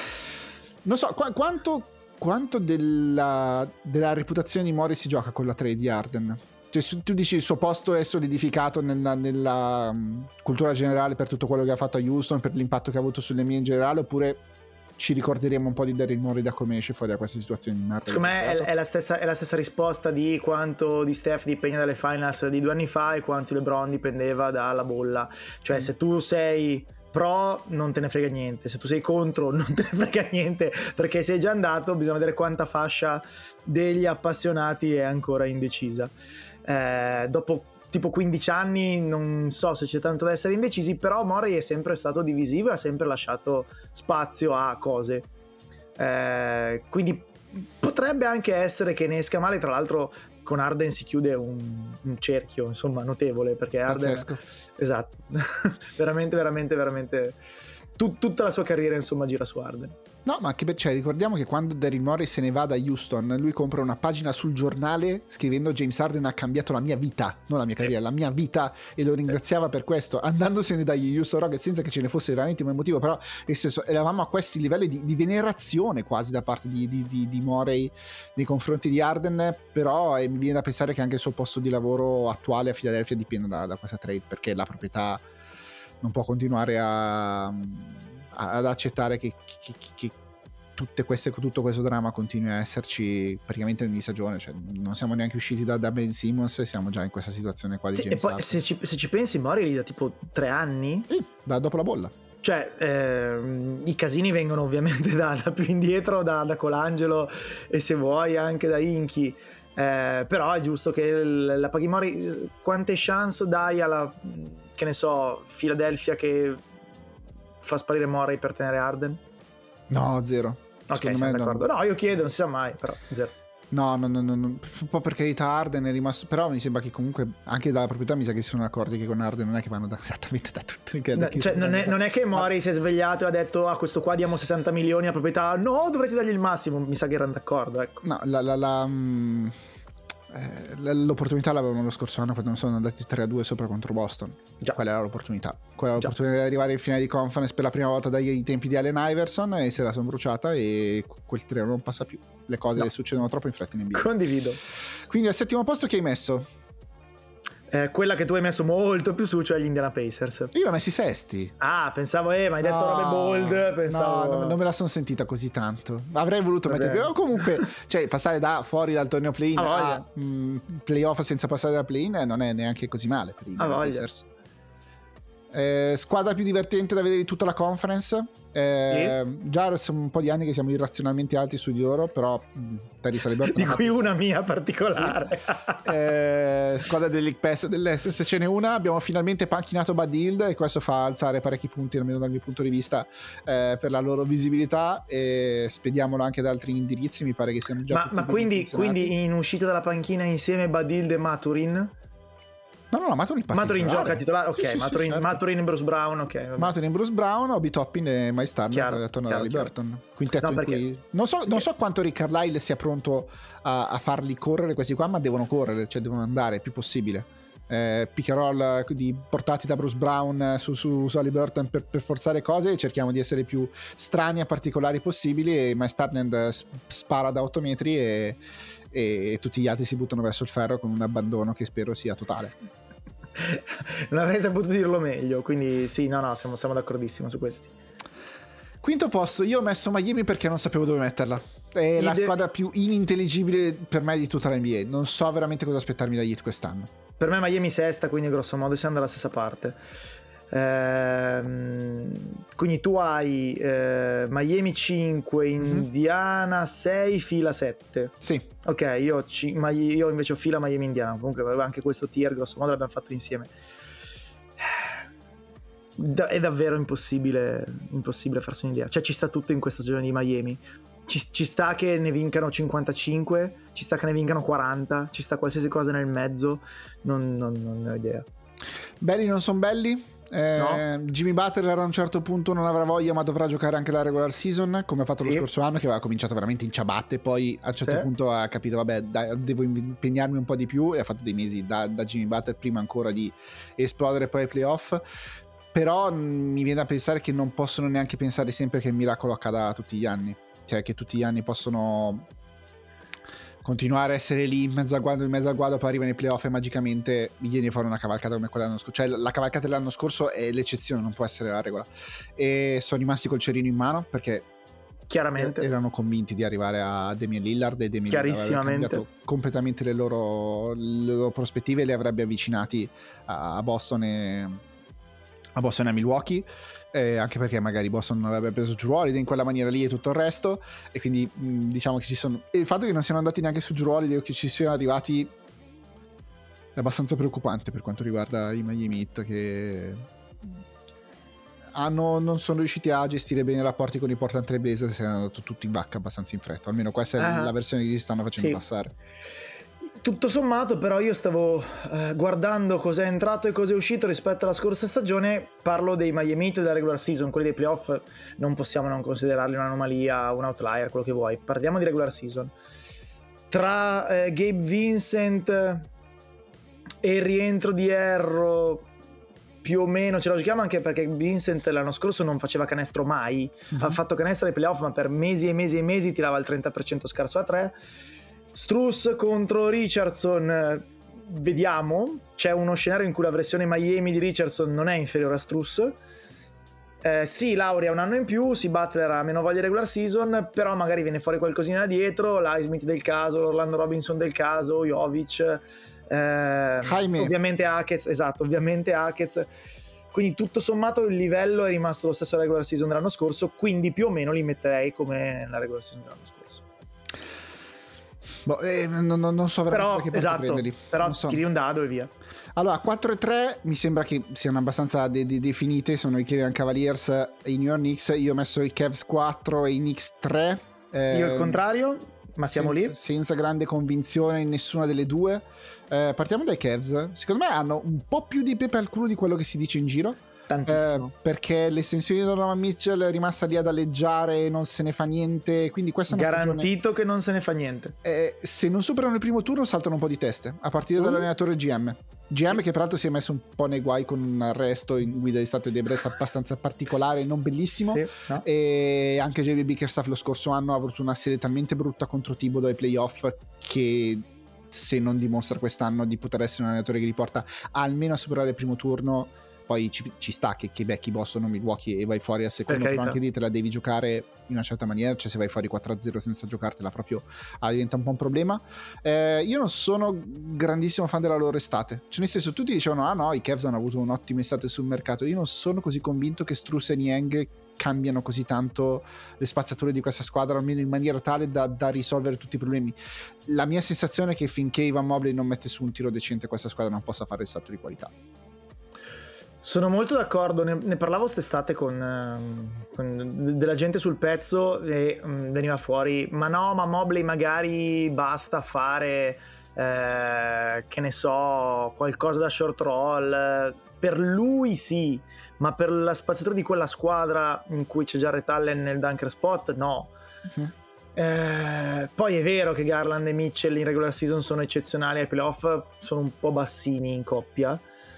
non so qu- quanto, quanto della, della reputazione di Mori si gioca con la trade di Harden. Cioè, tu dici il suo posto è solidificato nella, nella um, cultura generale per tutto quello che ha fatto a Houston, per l'impatto che ha avuto sulle mie in generale, oppure ci ricorderemo un po' di Daryl Morey da come esce fuori da questa situazione di merda? Secondo me è, è, la stessa, è la stessa risposta di quanto di Steph dipende dalle finals di due anni fa e quanto LeBron dipendeva dalla bolla. Cioè mm. se tu sei pro non te ne frega niente, se tu sei contro non te ne frega niente, perché sei già andato, bisogna vedere quanta fascia degli appassionati è ancora indecisa. Eh, dopo tipo quindici anni non so se c'è tanto da essere indecisi, però Morey è sempre stato divisivo e ha sempre lasciato spazio a cose, eh, quindi potrebbe anche essere che ne esca male. Tra l'altro con Harden si chiude un, un cerchio insomma notevole, perché Harden pazzesco. Esatto veramente veramente veramente Tut- tutta la sua carriera insomma gira su Harden. No, ma anche per, cioè, ricordiamo che quando Daryl Morey se ne va da Houston, lui compra una pagina sul giornale scrivendo James Harden ha cambiato la mia vita, non la mia carriera, sì. la mia vita, e lo ringraziava sì. per questo, andandosene dagli Houston Rockets senza che ce ne fosse veramente un motivo. Però nel senso, eravamo a questi livelli di, di venerazione quasi da parte di, di, di, di Morey nei confronti di Harden. Però eh, mi viene da pensare che anche il suo posto di lavoro attuale a Philadelphia dipenda da, da questa trade, perché la proprietà non può continuare a, a, ad accettare che, che, che, che tutte queste, tutto questo dramma continui a esserci praticamente ogni stagione. Cioè, non siamo neanche usciti da, da Ben Simmons e siamo già in questa situazione qua di sì, James e poi se ci, se ci pensi, Morey lì da tipo tre anni? Sì, da, dopo la bolla. Cioè ehm, i casini vengono ovviamente da, da più indietro, da, da Colangelo e se vuoi anche da Inchi, eh, però è giusto che la paghi Morey. Quante chance dai alla, che ne so, Philadelphia che fa sparire Morey per tenere Harden? No, zero. Ok, siamo d'accordo. No, io chiedo, non si sa mai, però zero. No, no, no, no, no. Un po' per carità Harden è rimasto, però mi sembra che comunque anche dalla proprietà mi sa che si sono accorti che con Harden non è che vanno da, esattamente da tutti. No, cioè, non, è, non è che Morey ma... si è svegliato e ha detto a ah, questo qua diamo sessanta milioni a proprietà, no, dovresti dargli il massimo. Mi sa che erano d'accordo, ecco. No, la... la, la mh... Eh, l'opportunità l'avevano lo scorso anno quando sono andati tre a due sopra contro Boston. Già. Quella era l'opportunità Quella era l'opportunità di arrivare in finale di conference per la prima volta dai tempi di Allen Iverson, e se la sono bruciata e quel treno non passa più. Le cose no. succedono troppo in fretta in N B A. Condivido. Quindi al settimo posto chi hai messo? Eh, quella che tu hai messo molto più su, cioè gli Indiana Pacers. Io l'ho messi sesti. Ah, pensavo, eh, ma hai no, detto robe bold. Pensavo... No, non, non me la sono sentita così tanto. Avrei voluto mettere più. Comunque, cioè, passare da fuori dal torneo play-in a, a mh, playoff senza passare da play-in non è neanche così male per i Indiana Pacers. Eh, squadra più divertente da vedere di tutta la conference. Eh, sì. Già sono un po' di anni che siamo irrazionalmente alti su di loro, però Tyrese Haliburton di cui una mia particolare. Sì. eh, squadra del League Pass dell'Est, se ce n'è una. Abbiamo finalmente panchinato Bud Hield e questo fa alzare parecchi punti, almeno dal mio punto di vista, eh, per la loro visibilità, e spediamolo anche da altri indirizzi. Mi pare che siamo già ma, tutti ma quindi, quindi in uscita dalla panchina insieme Bud Hield e Maturin? No, no, no, Maturin Maturin gioca titolare, ok, sì, Maturin, sì, certo. Maturin, Bruce Brown, ok. Vabbè. Maturin, Bruce Brown, Obi Toppin e Miles Turner torna da Haliburton. Quintetto no, in cui non so, non so quanto Rick Carlisle sia pronto a, a farli correre questi qua, ma devono correre, cioè devono andare il più possibile. eh, pick and roll di, portati da Bruce Brown su, su, su Haliburton per, per forzare cose, cerchiamo di essere più strani e particolari possibili, e Miles Turner spara da otto metri e, e, e tutti gli altri si buttano verso il ferro con un abbandono che spero sia totale. Non avrei saputo dirlo meglio, quindi sì, no no siamo, siamo d'accordissimo su questi. Quinto posto, io ho messo Miami perché non sapevo dove metterla. È Ide- la squadra più inintelligibile per me di tutta la N B A. Non so veramente cosa aspettarmi da Heat quest'anno. Per me Miami sesta, quindi grosso modo siamo dalla stessa parte. Ehm, quindi tu hai eh, Miami cinque, Indiana sei, fila sette. Sì. Ok, io, ci, ma io invece ho fila Miami Indiana. Comunque anche questo tier grosso modo l'abbiamo fatto insieme. Da, è davvero impossibile impossibile farsi un'idea, cioè ci sta tutto in questa stagione di Miami, ci, ci sta che ne vincano cinquantacinque, ci sta che ne vincano quaranta, ci sta qualsiasi cosa nel mezzo, non, non, non ne ho idea. Belli non sono belli, eh, no. Jimmy Butler a un certo punto non avrà voglia, ma dovrà giocare anche la regular season, come ha fatto sì. lo scorso anno, che aveva cominciato veramente in ciabatte, poi a un certo sì. punto ha capito vabbè dai, devo impegnarmi un po' di più, e ha fatto dei mesi da, da Jimmy Butler prima ancora di esplodere poi ai playoff. Però mi viene da pensare che non possono neanche pensare sempre che il miracolo accada tutti gli anni, cioè che tutti gli anni possono continuare a essere lì in mezzo al guado, in mezzo al guado, poi arrivano i playoff e magicamente viene fuori una cavalcata come quella dell'anno scorso. Cioè la cavalcata dell'anno scorso è l'eccezione, non può essere la regola, e sono rimasti col cerino in mano perché chiaramente erano convinti di arrivare a Damian Lillard, e Damian chiarissimamente Lillard aveva cambiato completamente le loro, le loro prospettive, e li avrebbe avvicinati a Boston e a Boston e a Milwaukee, eh, anche perché magari Boston non avrebbe preso Jrue Holiday in quella maniera lì e tutto il resto, e quindi mh, diciamo che ci sono, e il fatto che non siano andati neanche su Jrue Holiday o che ci siano arrivati è abbastanza preoccupante per quanto riguarda i Miami Heat, che hanno, non sono riusciti a gestire bene i rapporti con i Portland Trail Blazers, è andato tutto in vacca abbastanza in fretta, almeno questa è ah, la versione che si stanno facendo sì. passare. Tutto sommato però io stavo eh, guardando cos'è entrato e cos'è uscito rispetto alla scorsa stagione. Parlo dei Miami Heat della regular season, quelli dei playoff non possiamo non considerarli un'anomalia, un outlier, quello che vuoi. Parliamo di regular season. Tra eh, Gabe Vincent e il rientro di Herro più o meno ce la giochiamo, anche perché Vincent l'anno scorso non faceva canestro mai, mm-hmm. ha fatto canestro ai playoff ma per mesi e mesi e mesi tirava il trenta per cento scarso a tre. Strus contro Richardson, vediamo, c'è uno scenario in cui la versione Miami di Richardson non è inferiore a Strus. Eh, sì, Lauria ha un anno in più, si Butler ha meno voglia regular season, però magari viene fuori qualcosina da dietro, l'Highsmith del caso, l'Orlando Robinson del caso, Jovic, eh, ovviamente Hackett, esatto, ovviamente Hackett. Quindi tutto sommato il livello è rimasto lo stesso regular season dell'anno scorso, quindi più o meno li metterei come la regular season dell'anno scorso. Boh, eh, non, non so veramente però, esatto, prenderli. Però so. Tiri un dado e via. Allora, quattro e tre mi sembra che siano abbastanza de- de- definite. Sono i Cleveland Cavaliers e i New York Knicks. Io ho messo i Cavs quattro e i Knicks tre. Eh, Io il contrario, ma siamo senza, lì. Senza grande convinzione in nessuna delle due. Eh, partiamo dai Cavs. Secondo me hanno un po' più di pepe al culo di quello che si dice in giro. Eh, perché l'estensione di Donovan Mitchell è rimasta lì ad alleggiare, non se ne fa niente, quindi questa è una garantito stagione... che non se ne fa niente. Eh, se non superano il primo turno saltano un po' di teste, a partire uh. dall'allenatore G M G M sì. che peraltro si è messo un po' nei guai con un arresto in guida di stato di ebbrezza abbastanza particolare, non bellissimo, sì, no. E anche J V Bickerstaff lo scorso anno ha avuto una serie talmente brutta contro Thibodeau ai playoff che se non dimostra quest'anno di poter essere un allenatore che riporta almeno a superare il primo turno, poi ci, ci sta che, che becchi Boston o Milwaukee e vai fuori al secondo, però anche lì te la devi giocare in una certa maniera, cioè se vai fuori quattro a zero senza giocartela proprio ah, diventa un po' un problema. Eh, io non sono grandissimo fan della loro estate, cioè nel senso tutti dicevano ah no, i Cavs hanno avuto un'ottima estate sul mercato, io non sono così convinto che Strus e Niang cambiano così tanto le spaziature di questa squadra, almeno in maniera tale da, da risolvere tutti i problemi. La mia sensazione è che finché Evan Mobley non mette su un tiro decente questa squadra non possa fare il salto di qualità. Sono molto d'accordo, ne, ne parlavo quest'estate con, con della gente sul pezzo e um, veniva fuori ma no, ma Mobley magari basta fare eh, che ne so, qualcosa da short roll, per lui sì, ma per la spazzatura di quella squadra in cui c'è Jarrett Allen nel dunker spot no. Uh-huh. Eh, poi è vero che Garland e Mitchell in regular season sono eccezionali, ai playoff sono un po' bassini in coppia,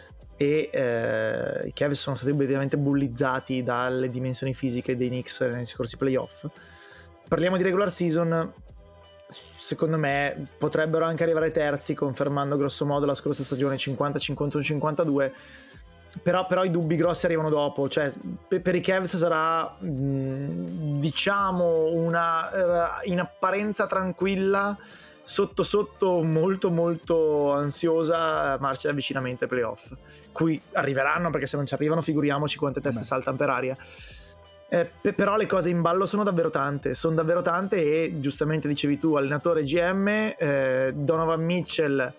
e eh, i Cavs sono stati obiettivamente bullizzati dalle dimensioni fisiche dei Knicks nei scorsi playoff. Parliamo di regular season, secondo me potrebbero anche arrivare terzi, confermando grosso modo la scorsa stagione cinquanta cinquantuno cinquantadue, però, però i dubbi grossi arrivano dopo. Cioè per, per i Cavs sarà mh, diciamo una in apparenza tranquilla, sotto sotto molto molto ansiosa marcia di avvicinamento ai playoff, cui arriveranno, perché se non ci arrivano figuriamoci quante teste Beh. saltano per aria. Eh, pe- però le cose in ballo sono davvero tante, sono davvero tante e giustamente dicevi tu, allenatore, G M, eh, Donovan Mitchell,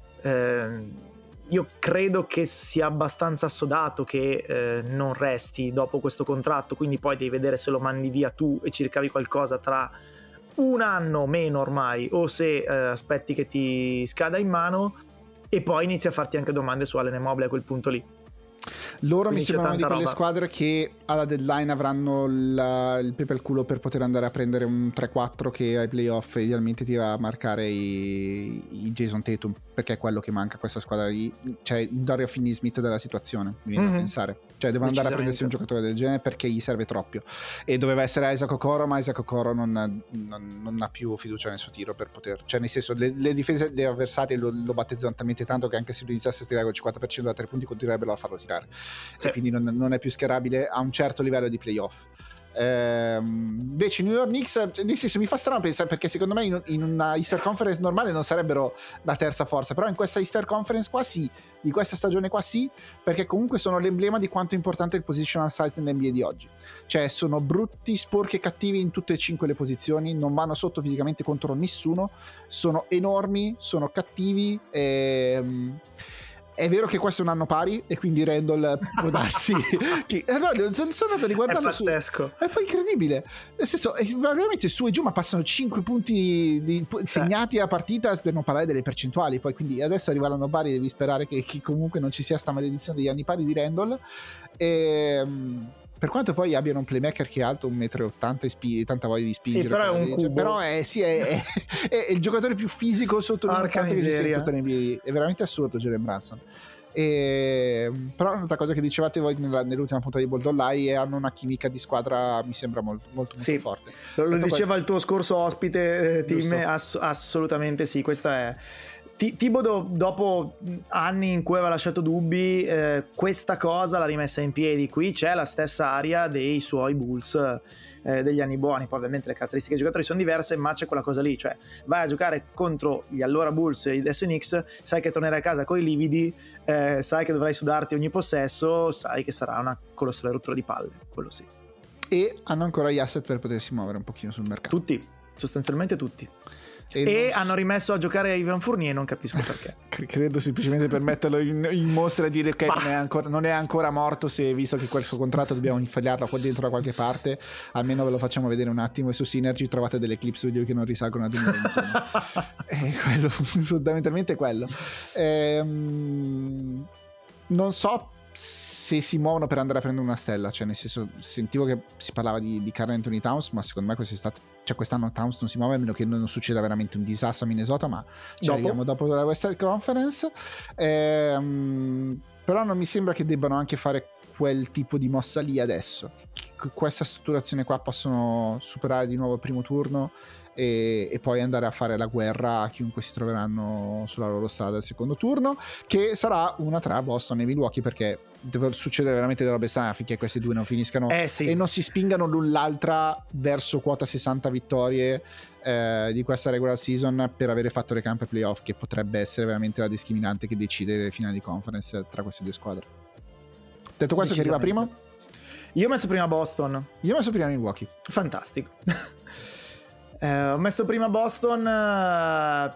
eh, io credo che sia abbastanza assodato che eh, non resti dopo questo contratto, quindi poi devi vedere se lo mandi via tu e ci ricavi qualcosa tra un anno meno ormai, o se eh, aspetti che ti scada in mano, e poi inizi a farti anche domande su Allen Mobley a quel punto lì. Loro Quindi mi sembrano di quelle roba. squadre che alla deadline avranno la, il pepe al culo per poter andare a prendere un tre quattro che ai playoff idealmente ti va a marcare i, i Jason Tatum, perché è quello che manca a questa squadra lì. Cioè Dorian Finney-Smith della situazione, mi viene mm-hmm. a pensare. Cioè devono andare a prendersi un giocatore del genere perché gli serve troppo, e doveva essere Isaac Okoro, ma Isaac Okoro non, non, non ha più fiducia nel suo tiro per poter, cioè nel senso le, le difese degli avversari lo, lo battezzano talmente tanto che anche se lui iniziasse a tirare col cinquanta per cento da tre punti continuerebbero a farlo tirare, sì. E quindi non, non è più schierabile a un certo livello di playoff. Ehm, invece i New York Knicks, nel senso, mi fa strano pensare, perché secondo me in, in una Easter Conference normale non sarebbero la terza forza, però in questa Easter Conference qua sì, di questa stagione qua sì, perché comunque sono l'emblema di quanto è importante il positional size nell'N B A di oggi. Cioè sono brutti, sporchi e cattivi in tutte e cinque le posizioni, non vanno sotto fisicamente contro nessuno, sono enormi, sono cattivi e... È vero che questo è un anno pari e quindi Randall può darsi che, eh no, sono andato a riguardarlo, è pazzesco, su, è poi incredibile, nel senso è veramente su e giù, ma passano cinque punti di, segnati a partita, per non parlare delle percentuali poi, quindi adesso arriva l'anno pari, devi sperare che, che comunque non ci sia sta maledizione degli anni pari di Randall. E per quanto poi abbiano un playmaker che è alto un metro e ottanta e spi- tanta voglia di spingere, sì, però è un cubo. Però è, sì, è, è, è il giocatore più fisico sotto l'uno che ci sia in tutta l'N B A. È veramente assurdo Jalen Brunson. E, però un'altra cosa che dicevate voi nella, nell'ultima puntata di Bold Online è hanno una chimica di squadra, mi sembra molto molto, molto sì, forte. Lo, lo diceva questo, il tuo scorso ospite Tim, ass- assolutamente sì, questa è T- Thibodeau, dopo anni in cui aveva lasciato dubbi, eh, questa cosa l'ha rimessa in piedi. Qui c'è la stessa aria dei suoi Bulls eh, degli anni buoni, poi ovviamente le caratteristiche dei giocatori sono diverse, ma c'è quella cosa lì, cioè vai a giocare contro gli allora Bulls e adesso Knicks, sai che tornerai a casa coi lividi, eh, sai che dovrai sudarti ogni possesso, sai che sarà una colossale rottura di palle, quello sì. E hanno ancora gli asset per potersi muovere un pochino sul mercato. Tutti, sostanzialmente tutti. E, e hanno rimesso a giocare Ivan Fournier, non capisco perché. Credo semplicemente per metterlo in, in mostra e dire che non è, ancora, non è ancora morto, se visto che quel suo contratto dobbiamo infagliarlo qua dentro da qualche parte, almeno ve lo facciamo vedere un attimo. E su Synergy trovate delle clips video che non risalgono ad duemilaventuno. È quello, fondamentalmente quello. Ehm, non so se si muovono per andare a prendere una stella, cioè nel senso, sentivo che si parlava di, di Karl Anthony Towns, ma secondo me quest'estate, cioè quest'anno Towns non si muove, a meno che non succeda veramente un disastro a Minnesota, ma ci dopo. arriviamo dopo la Western Conference. Ehm, però non mi sembra che debbano anche fare quel tipo di mossa lì adesso. Questa strutturazione qua possono superare di nuovo il primo turno e, e poi andare a fare la guerra a chiunque si troveranno sulla loro strada al secondo turno, che sarà una tra Boston e Milwaukee, perché deve succedere veramente delle robe strane affinché questi due non finiscano eh sì. e non si spingano l'un l'altra verso quota sessanta vittorie eh, di questa regular season per avere fatto le campe playoff, che potrebbe essere veramente la discriminante che decide le finali di conference tra queste due squadre. Detto questo, chi arriva prima? Io ho messo prima Boston. Io ho messo prima Milwaukee. Fantastico. Eh, ho messo prima Boston uh,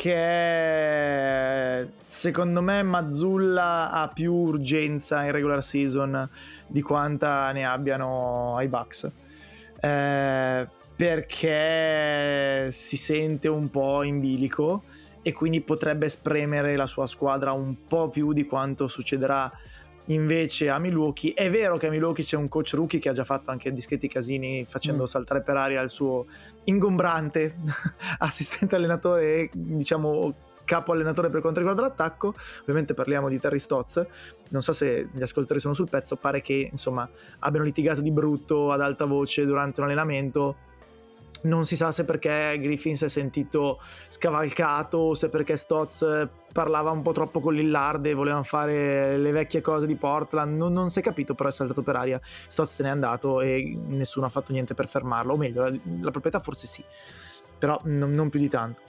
perché secondo me Mazzulla ha più urgenza in regular season di quanta ne abbiano ai Bucks, eh, perché si sente un po' in bilico e quindi potrebbe spremere la sua squadra un po' più di quanto succederà invece a Milwaukee. È vero che a Milwaukee c'è un coach rookie che ha già fatto anche discreti casini facendo mm. saltare per aria il suo ingombrante assistente allenatore e diciamo capo allenatore per quanto riguarda l'attacco. Ovviamente parliamo di Terry Stotts. Non so se gli ascoltatori sono sul pezzo, pare che insomma abbiano litigato di brutto ad alta voce durante un allenamento. Non si sa se perché Griffin si è sentito scavalcato o se perché Stotts parlava un po' troppo con Lillard e volevano fare le vecchie cose di Portland. Non, non si è capito, però è saltato per aria. Stotts se n'è andato e nessuno ha fatto niente per fermarlo, o meglio la, la proprietà forse sì, però non, non più di tanto.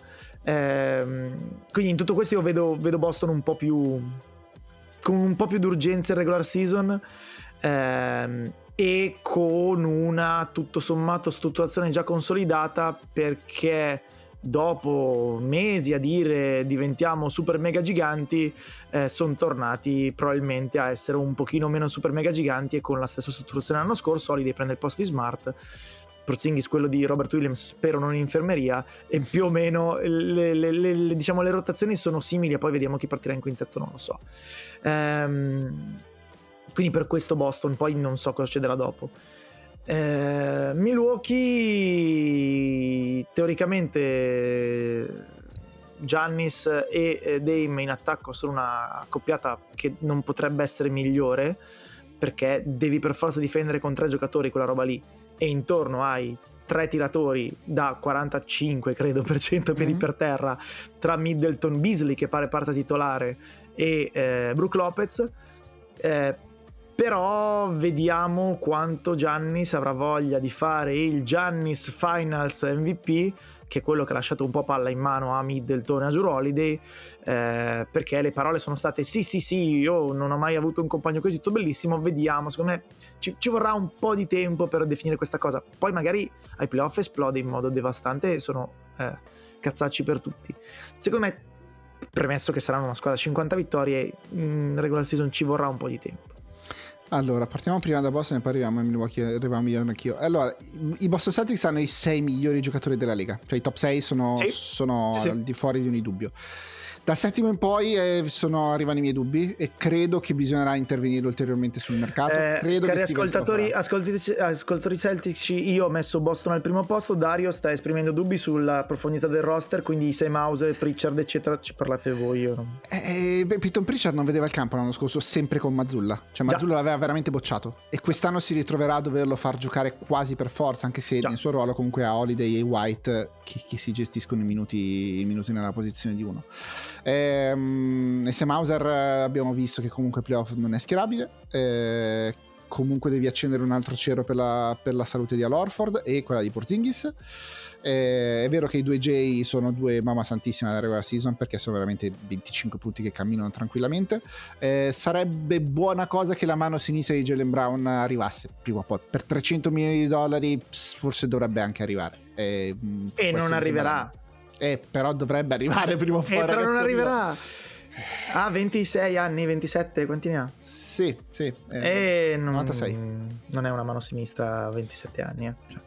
Ehm, quindi in tutto questo io vedo, vedo Boston un po' più con un po' più d'urgenza in regular season, ehm, e con una tutto sommato strutturazione già consolidata, perché dopo mesi a dire diventiamo super mega giganti eh, sono tornati probabilmente a essere un pochino meno super mega giganti e con la stessa strutturazione l'anno scorso. Holiday prende il posto di Smart, Porzingis quello di Robert Williams, spero non in infermeria, e più o meno le, le, le, le, diciamo, le rotazioni sono simili, e poi vediamo chi partirà in quintetto, non lo so. Ehm, quindi per questo Boston, poi non so cosa succederà dopo. Ehm, Milwaukee teoricamente Giannis e Dame in attacco sono una accoppiata che non potrebbe essere migliore, perché devi per forza difendere con tre giocatori quella roba lì, e intorno hai tre tiratori da quarantacinque credo per cento piedi mm. per terra, tra Middleton, Beasley che pare parte titolare e eh, Brook Lopez. eh, però vediamo quanto Giannis avrà voglia di fare il Giannis Finals M V P, che è quello che ha lasciato un po' palla in mano a Middleton e a Jrue Holiday, eh, perché le parole sono state sì sì sì, io non ho mai avuto un compagno così tutto bellissimo, vediamo, secondo me ci, ci vorrà un po' di tempo per definire questa cosa, poi magari ai playoff esplode in modo devastante e sono eh, cazzacci per tutti. Secondo me, premesso che saranno una squadra da cinquanta vittorie, in regular season ci vorrà un po' di tempo. Allora, partiamo prima da Boston e poi arriviamo a Milwaukee, arriviamo io anch'io. Allora, i Boston Celtics hanno i sei migliori giocatori della Lega, cioè i top sei sono, sì. sono sì, sì. al di fuori di ogni dubbio. Dal settimo in poi eh, sono, arrivano i miei dubbi e credo che bisognerà intervenire ulteriormente sul mercato. Eh, credo cari che ascoltatori, ascoltatori, ascoltatori celtici, io ho messo Boston al primo posto, Dario sta esprimendo dubbi sulla profondità del roster, quindi Sam Hauser, Pritchard eccetera, ci parlate voi. Io non... eh, beh, Peyton Pritchard non vedeva il campo l'anno scorso sempre con Mazzulla, cioè Mazzulla Già. l'aveva veramente bocciato e quest'anno si ritroverà a doverlo far giocare quasi per forza, anche se Già. nel suo ruolo comunque ha Holiday e White che, che si gestiscono i minuti, i minuti nella posizione di uno. Ehm, e Sam Hauser abbiamo visto che comunque playoff non è schierabile, eh, comunque devi accendere un altro cero per la, per la salute di Al Horford e quella di Porzingis. Eh, è vero che i due J sono due mamma santissima della regular season, perché sono veramente venticinque punti che camminano tranquillamente. Eh, sarebbe buona cosa che la mano sinistra di Jaylen Brown arrivasse prima o poi, per trecento milioni di dollari forse dovrebbe anche arrivare, eh, e non arriverà. Eh, però dovrebbe arrivare prima o poi. Eh, però non arriverà. Ah, ventisei anni, ventisette, quanti ne ha? Sì, sì. Eh, non, novantasei. Non è una mano sinistra a ventisette anni, eh. Cioè,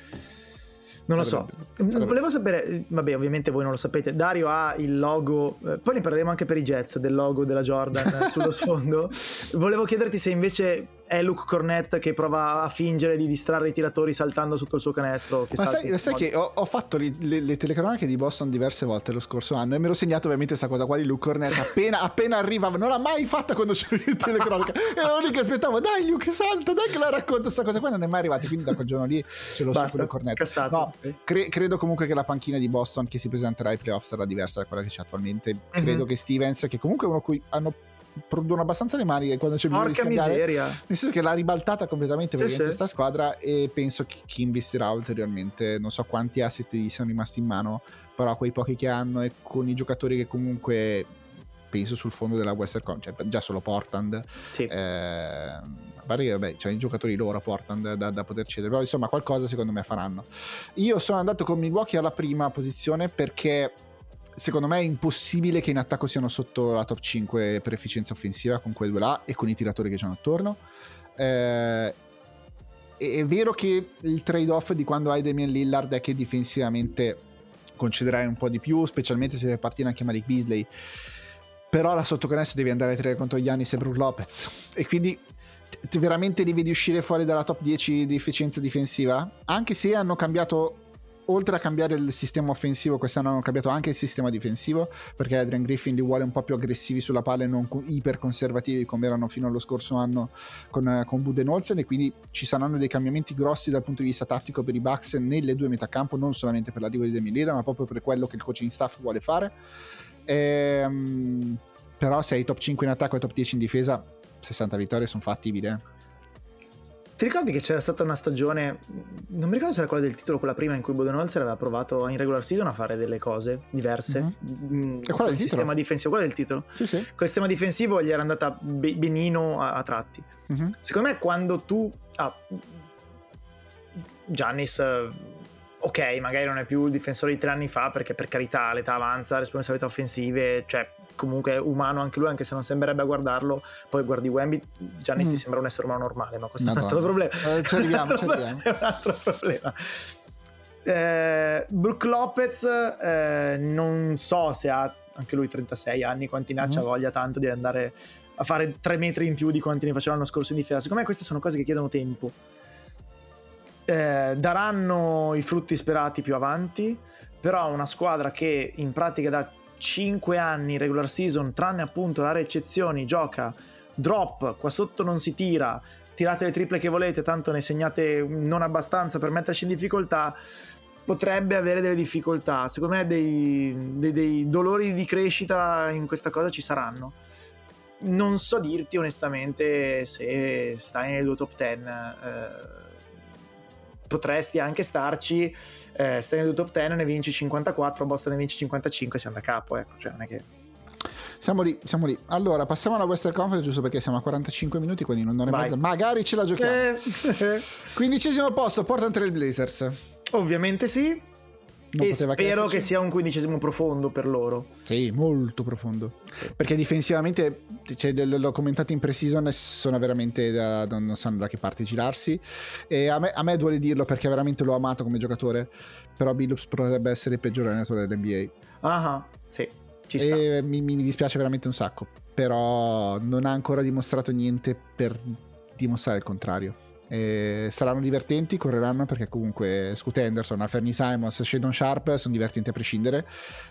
non lo sarebbe, so. sarebbe. Volevo sapere, vabbè, ovviamente voi non lo sapete, Dario ha il logo, eh, poi ne parleremo anche per i Jets, del logo della Jordan sullo sfondo. Volevo chiederti se invece è Luke Cornett che prova a fingere di distrarre i tiratori saltando sotto il suo canestro. Che Ma sai, sai che ho, ho fatto le, le, le telecronache di Boston diverse volte lo scorso anno e mi ero segnato ovviamente questa cosa qua di Luke Cornett appena, appena arrivava, non l'ha mai fatta quando c'era in telecronaca, ero lì che aspettavo, dai Luke salta, dai che la racconto sta cosa qua, non è mai arrivata, quindi da quel giorno lì ce l'ho su Luke Cornett. No, cre- credo comunque che la panchina di Boston che si presenterà ai playoff sarà diversa da quella che c'è attualmente. Mm-hmm. Credo che Stevens, che comunque è uno cui hanno producono abbastanza le mani quando c'è bisogno di scambiare, miseria. nel senso che l'ha ribaltata completamente sì, per sì. questa squadra, e penso che chi investirà ulteriormente, non so quanti assist gli siano rimasti in mano, però quei pochi che hanno e con i giocatori che comunque penso sul fondo della Western Conference, cioè già solo Portland, sì. eh, a parte che vabbè, cioè i giocatori loro a Portland da, da poter cedere, però insomma qualcosa secondo me faranno. Io sono andato con Milwaukee alla prima posizione perché secondo me è impossibile che in attacco siano sotto la top cinque per efficienza offensiva con quei due là e con i tiratori che c'hanno attorno. Eh, è vero che il trade-off di quando hai Damian Lillard è che difensivamente concederai un po' di più, specialmente se partire anche Malik Beasley, però la sottocanestro devi andare a tirare contro Giannis e Brook Lopez, e quindi t- veramente li vedi uscire fuori dalla top dieci di efficienza difensiva, anche se hanno cambiato, oltre a cambiare il sistema offensivo, quest'anno hanno cambiato anche il sistema difensivo, perché Adrian Griffin li vuole un po' più aggressivi sulla palla e non co- iper conservativi come erano fino allo scorso anno con, con Budenholzer, e quindi ci saranno dei cambiamenti grossi dal punto di vista tattico per i Bucks nelle due metacampo, non solamente per l'arrivo di Damian Lillard, ma proprio per quello che il coaching staff vuole fare. Ehm, però se hai top cinque in attacco e top dieci in difesa, sessanta vittorie sono fattibili, eh. Ti ricordi che c'era stata una stagione, non mi ricordo se era quella del titolo, quella prima, in cui Budenholzer aveva provato in regular season a fare delle cose diverse, mm-hmm. E quella del sistema difensivo, quella del titolo, sì, sì. Col sistema difensivo gli era andata be- benino a, a tratti. Mm-hmm. Secondo me quando tu ah, Giannis, ok, magari non è più il difensore di tre anni fa, perché per carità l'età avanza, responsabilità offensive, cioè comunque è umano anche lui, anche se non sembrerebbe a guardarlo. Poi guardi Wemby, Giannis mm. ti sembra un essere umano normale, ma questo Madonna. È un altro problema. Eh, ci arriviamo, ci arriviamo. È un altro problema. Eh, Brook Lopez, eh, non so se ha anche lui trentasei anni, quanti ne ha, mm. c'ha voglia tanto di andare a fare tre metri in più di quanti ne faceva l'anno scorso in difesa. Secondo me queste sono cose che chiedono tempo. Eh, daranno i frutti sperati più avanti, però una squadra che in pratica da cinque anni regular season, tranne appunto rare eccezioni, gioca drop, qua sotto non si tira, tirate le triple che volete, tanto ne segnate non abbastanza per metterci in difficoltà, potrebbe avere delle difficoltà. Secondo me dei, dei, dei dolori di crescita in questa cosa ci saranno. Non so dirti onestamente se stai nel tuo top dieci, eh, potresti anche starci, eh, stai nel top dieci, ne vinci cinquantaquattro, Boston ne vinci cinquantacinque, siamo da capo, ecco, cioè non è che... Siamo lì, siamo lì. Allora, passiamo alla Western Conference, giusto perché siamo a quarantacinque minuti, quindi un'ora e mezza, magari ce la giochiamo. Eh. Quindicesimo posto, Portland Trail Blazers. Ovviamente sì. Non e spero che, che sia un quindicesimo profondo per loro. Sì, molto profondo, sì. Perché difensivamente, cioè, l'ho commentato in pre-season, sono veramente da, non sanno da che parte girarsi, e a me, a me duole dirlo perché veramente l'ho amato come giocatore, però Billups potrebbe essere il peggior allenatore dell'N B A. Ah, sì, ci sta. E mi, mi dispiace veramente un sacco, però non ha ancora dimostrato niente per dimostrare il contrario. E saranno divertenti, correranno, perché comunque Scoot Henderson, Anthony Simons, Shadon Sharp sono divertenti a prescindere.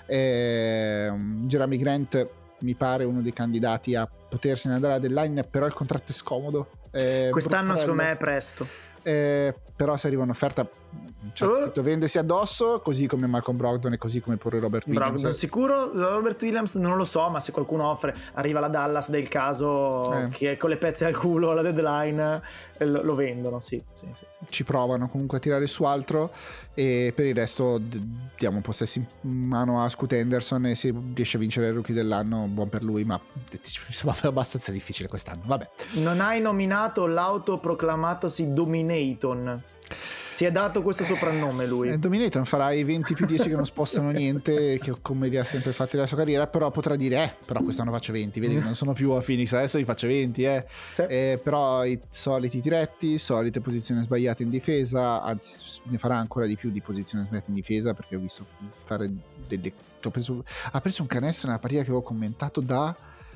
E Jeremy Grant mi pare uno dei candidati a potersene andare alla deadline, però il contratto è scomodo. E quest'anno secondo me è presto. Eh, però se arriva un'offerta, cioè, oh. scritto vendersi addosso, così come Malcolm Brogdon e così come pure Robert Williams. Brogdon sicuro, Robert Williams non lo so, ma se qualcuno offre, arriva la Dallas del caso, eh. che con le pezze al culo alla deadline, lo, lo vendono, sì, sì, sì, sì. Ci provano comunque a tirare su altro, e per il resto d- diamo possessi in mano a Scoot Henderson, e se riesce a vincere il rookie dell'anno buon per lui, ma insomma è abbastanza difficile quest'anno. Vabbè. Non hai nominato l'autoproclamatosi Dominaton. Si è dato questo soprannome lui. Eh, Dominaton farà i venti più dieci che non spostano niente, che come li ha sempre fatti nella sua carriera, però potrà dire eh però quest'anno faccio venti, vedi che non sono più a Phoenix, adesso li faccio venti, eh. Sì. Eh, però i soliti diretti, solite posizioni sbagliate in difesa, anzi ne farà ancora di più di posizioni sbagliate in difesa, perché ho visto fare delle ho preso, ha preso un canestro nella partita che avevo commentato da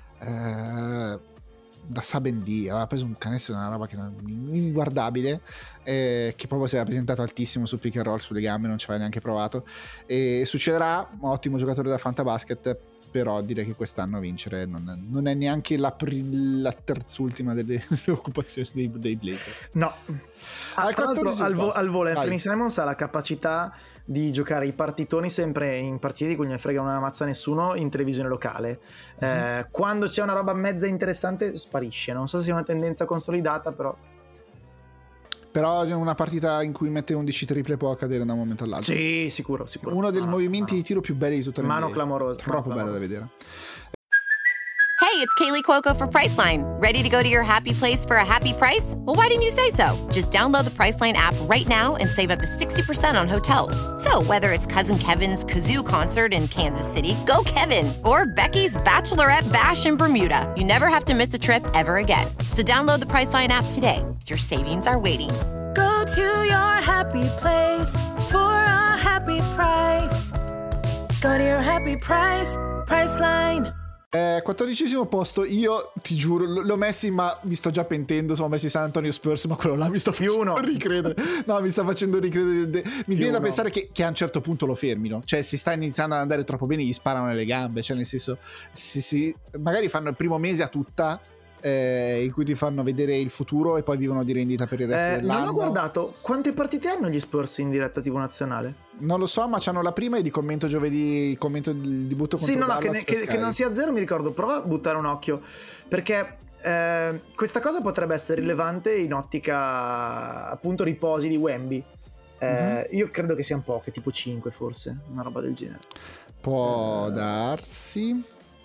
eh, da Sabendi, aveva preso un canestro, una roba che era inguardabile, eh, che proprio si era presentato altissimo sul pick and roll, sulle gambe, non ci aveva neanche provato, e succederà. Ottimo giocatore da Fantabasket, però direi che quest'anno a vincere non, non è neanche la, pri- la terzultima delle, delle occupazioni dei, dei Blazers. No. Ah, al, al, vo- al volo Anthony Simons ha la capacità di giocare i partitoni sempre in partite di cui ne frega una mazza nessuno in televisione locale. Mm-hmm. Eh, quando c'è una roba mezza interessante sparisce, non so se sia una tendenza consolidata, però però una partita in cui mette undici triple può accadere da un momento all'altro. Sì, sicuro, sicuro. Uno dei ah, movimenti ah. di tiro più belli di tutta la mano clamorosa, troppo mano bello clamorosa. da vedere. Hey, it's Kaylee Cuoco for Priceline. Ready to go to your happy place for a happy price? Well, why didn't you say so? Just download the Priceline app right now and save up to sixty percent on hotels. So whether it's Cousin Kevin's Kazoo Concert in Kansas City, go Kevin, or Becky's Bachelorette Bash in Bermuda, you never have to miss a trip ever again. So download the Priceline app today. Your savings are waiting. Go to your happy place for a happy price. Go to your happy price, Priceline. Eh, quattordicesimo posto, io ti giuro, l- l'ho messi, ma mi sto già pentendo. Sono messi San Antonio Spurs, ma quello là mi sta facendo uno. ricredere. No, mi sta facendo ricredere. Mi Più viene da uno. pensare che, che a un certo punto lo fermino. Cioè, si sta iniziando ad andare troppo bene, gli sparano nelle gambe. Cioè, nel senso, si, si, magari fanno il primo mese a tutta, eh, in cui ti fanno vedere il futuro e poi vivono di rendita per il resto Eh, dell'anno. non ho guardato quante partite hanno gli Spurs in diretta tivù nazionale. Non lo so, ma c'hanno la prima e di commento giovedì, commento il debutto contro Sì, no, no, che, Dallas ne- per che, che Sky. non sia zero, mi ricordo. Prova a buttare un occhio, perché eh, questa cosa potrebbe essere rilevante in ottica appunto riposi di Wemby. Eh, Mhm. Io credo che siano poche, tipo cinque forse, una roba del genere. Può darsi.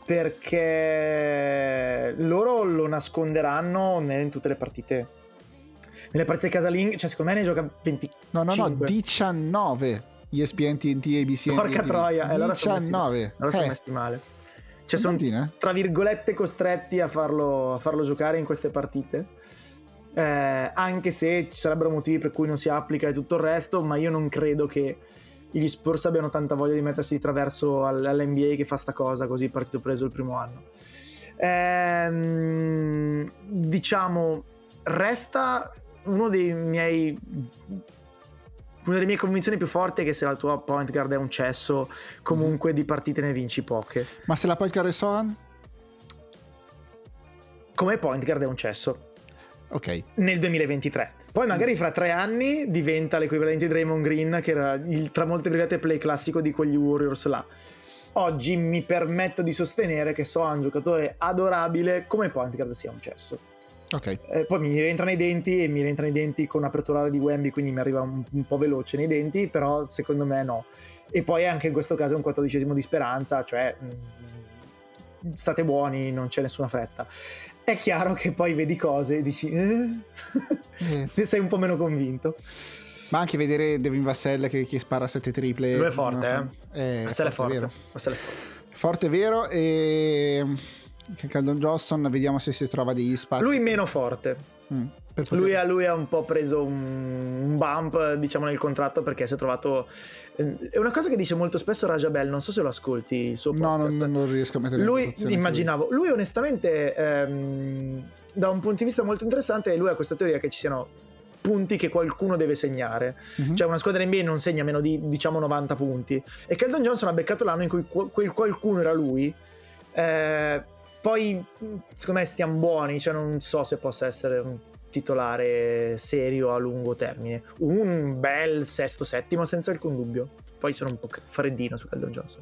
Perché loro lo nasconderanno in tutte le partite. Nelle partite casalinghe, cioè secondo me ne gioca venticinque. No, no, no, diciannove. E S P N, T N T, A B C. Porca N B A T V. troia, eh, allora sono messi- diciannove. Allora sono Eh, messi male. Cioè sono Stamattina, eh? tra virgolette costretti a farlo, a farlo giocare in queste partite. Eh, anche se ci sarebbero motivi per cui non si applica e tutto il resto, ma io non credo che gli Spurs abbiano tanta voglia di mettersi di traverso all- all'N B A che fa sta cosa così partito preso il primo anno. Ehm, diciamo, resta uno dei miei una delle mie convinzioni più forti è che se la tua point guard è un cesso, comunque di partite ne vinci poche. Ma se la point guard è Sohan? Come point guard è un cesso Ok. nel duemilaventitré. Poi magari fra tre anni diventa l'equivalente di Draymond Green, che era il tra molte virgolette play classico di quegli Warriors là. Oggi mi permetto di sostenere che Sohan, un giocatore adorabile, come point guard sia un cesso. Ok. Eh, poi mi rientrano i denti e mi rientrano i denti con aperturale di Wemby, quindi mi arriva un, un po' veloce nei denti, però secondo me no. E poi anche in questo caso è un quattordicesimo di speranza, cioè mh, state buoni, non c'è nessuna fretta. È chiaro che poi vedi cose e dici eh? Eh. sei un po' meno convinto. Ma anche vedere Devin Vassell che, che spara sette triple. Lui è forte, no, eh? È Vassell è forte. vero. Vassell è forte. Forte, vero. E Keldon Johnson, vediamo se si trova degli spazi. Lui meno forte. Mm, per poter- Lui ha, lui ha un po' preso un, un bump, diciamo, nel contratto perché si è trovato. È una cosa che dice molto spesso Raja Bell, non so se lo ascolti il suo No, non, podcast. non riesco a mettere in Lui, votazione immaginavo, lui onestamente ehm, da un punto di vista molto interessante, lui ha questa teoria che ci siano punti che qualcuno deve segnare. Mhm. Cioè una squadra N B A non segna meno di diciamo novanta punti, e Keldon Johnson ha beccato l'anno in cui qu- quel qualcuno era lui. Eh, poi secondo me stiamo buoni, cioè non so se possa essere un titolare serio a lungo termine. Un bel sesto settimo senza alcun dubbio. Poi sono un po' freddino su Keldon Johnson.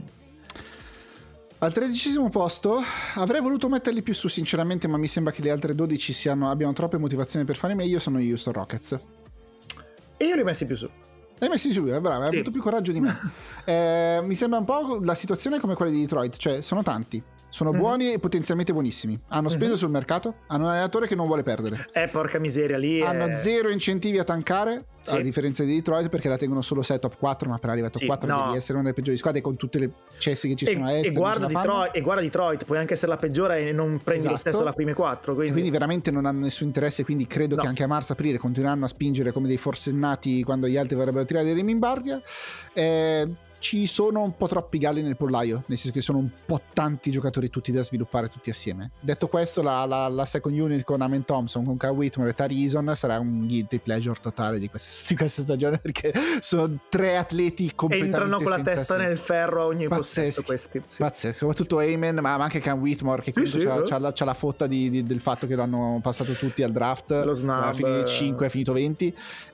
Al tredicesimo posto avrei voluto metterli più su sinceramente, ma mi sembra che le altre dodici siano, abbiano troppe motivazioni per fare meglio. Sono gli Houston Rockets. E io li ho messi più su. Hai messi su, è bravo, hai Sì. avuto più coraggio di me. Eh, mi sembra un po' la situazione come quella di Detroit, cioè sono tanti, sono Mhm. buoni e potenzialmente buonissimi. Hanno speso Mhm. sul mercato, hanno un allenatore che non vuole perdere. Eh, porca miseria, lì Hanno è... zero incentivi a tankare, Sì. a differenza di Detroit, perché la tengono solo sei top quattro, ma per arrivare a top Sì, quattro no. devi essere una delle peggiori squadre con tutte le cessi che ci E, sono a e est. non ce guarda la fanno. Detroit, e guarda Detroit, puoi anche essere la peggiore e non prendi lo Esatto. stesso alla prime quattro. E Quindi, quindi veramente non hanno nessun interesse, quindi credo No. che anche a marzo aprile continueranno a spingere come dei forsennati quando gli altri vorrebbero tirare dei remi in bardia. Eh, ci sono un po' troppi galli nel pollaio, nel senso che sono un po' tanti giocatori tutti da sviluppare tutti assieme. Detto questo, la, la, la second unit con Amen Thompson, con Kyle Whitmore e Tari Eason sarà un guilty pleasure totale di questa, di questa stagione, perché sono tre atleti completamente entrano con la senza testa senso. nel ferro a ogni Pazzeschi. possesso questi. Sì. Pazzesco, soprattutto Amen, ma ma anche Cam Whitmore che Sì, comunque sì, c'ha, eh. c'ha la, c'ha la fotta di, di- del fatto che l'hanno passato tutti al draft. Lo snub. Alla fine cinque è finito venti.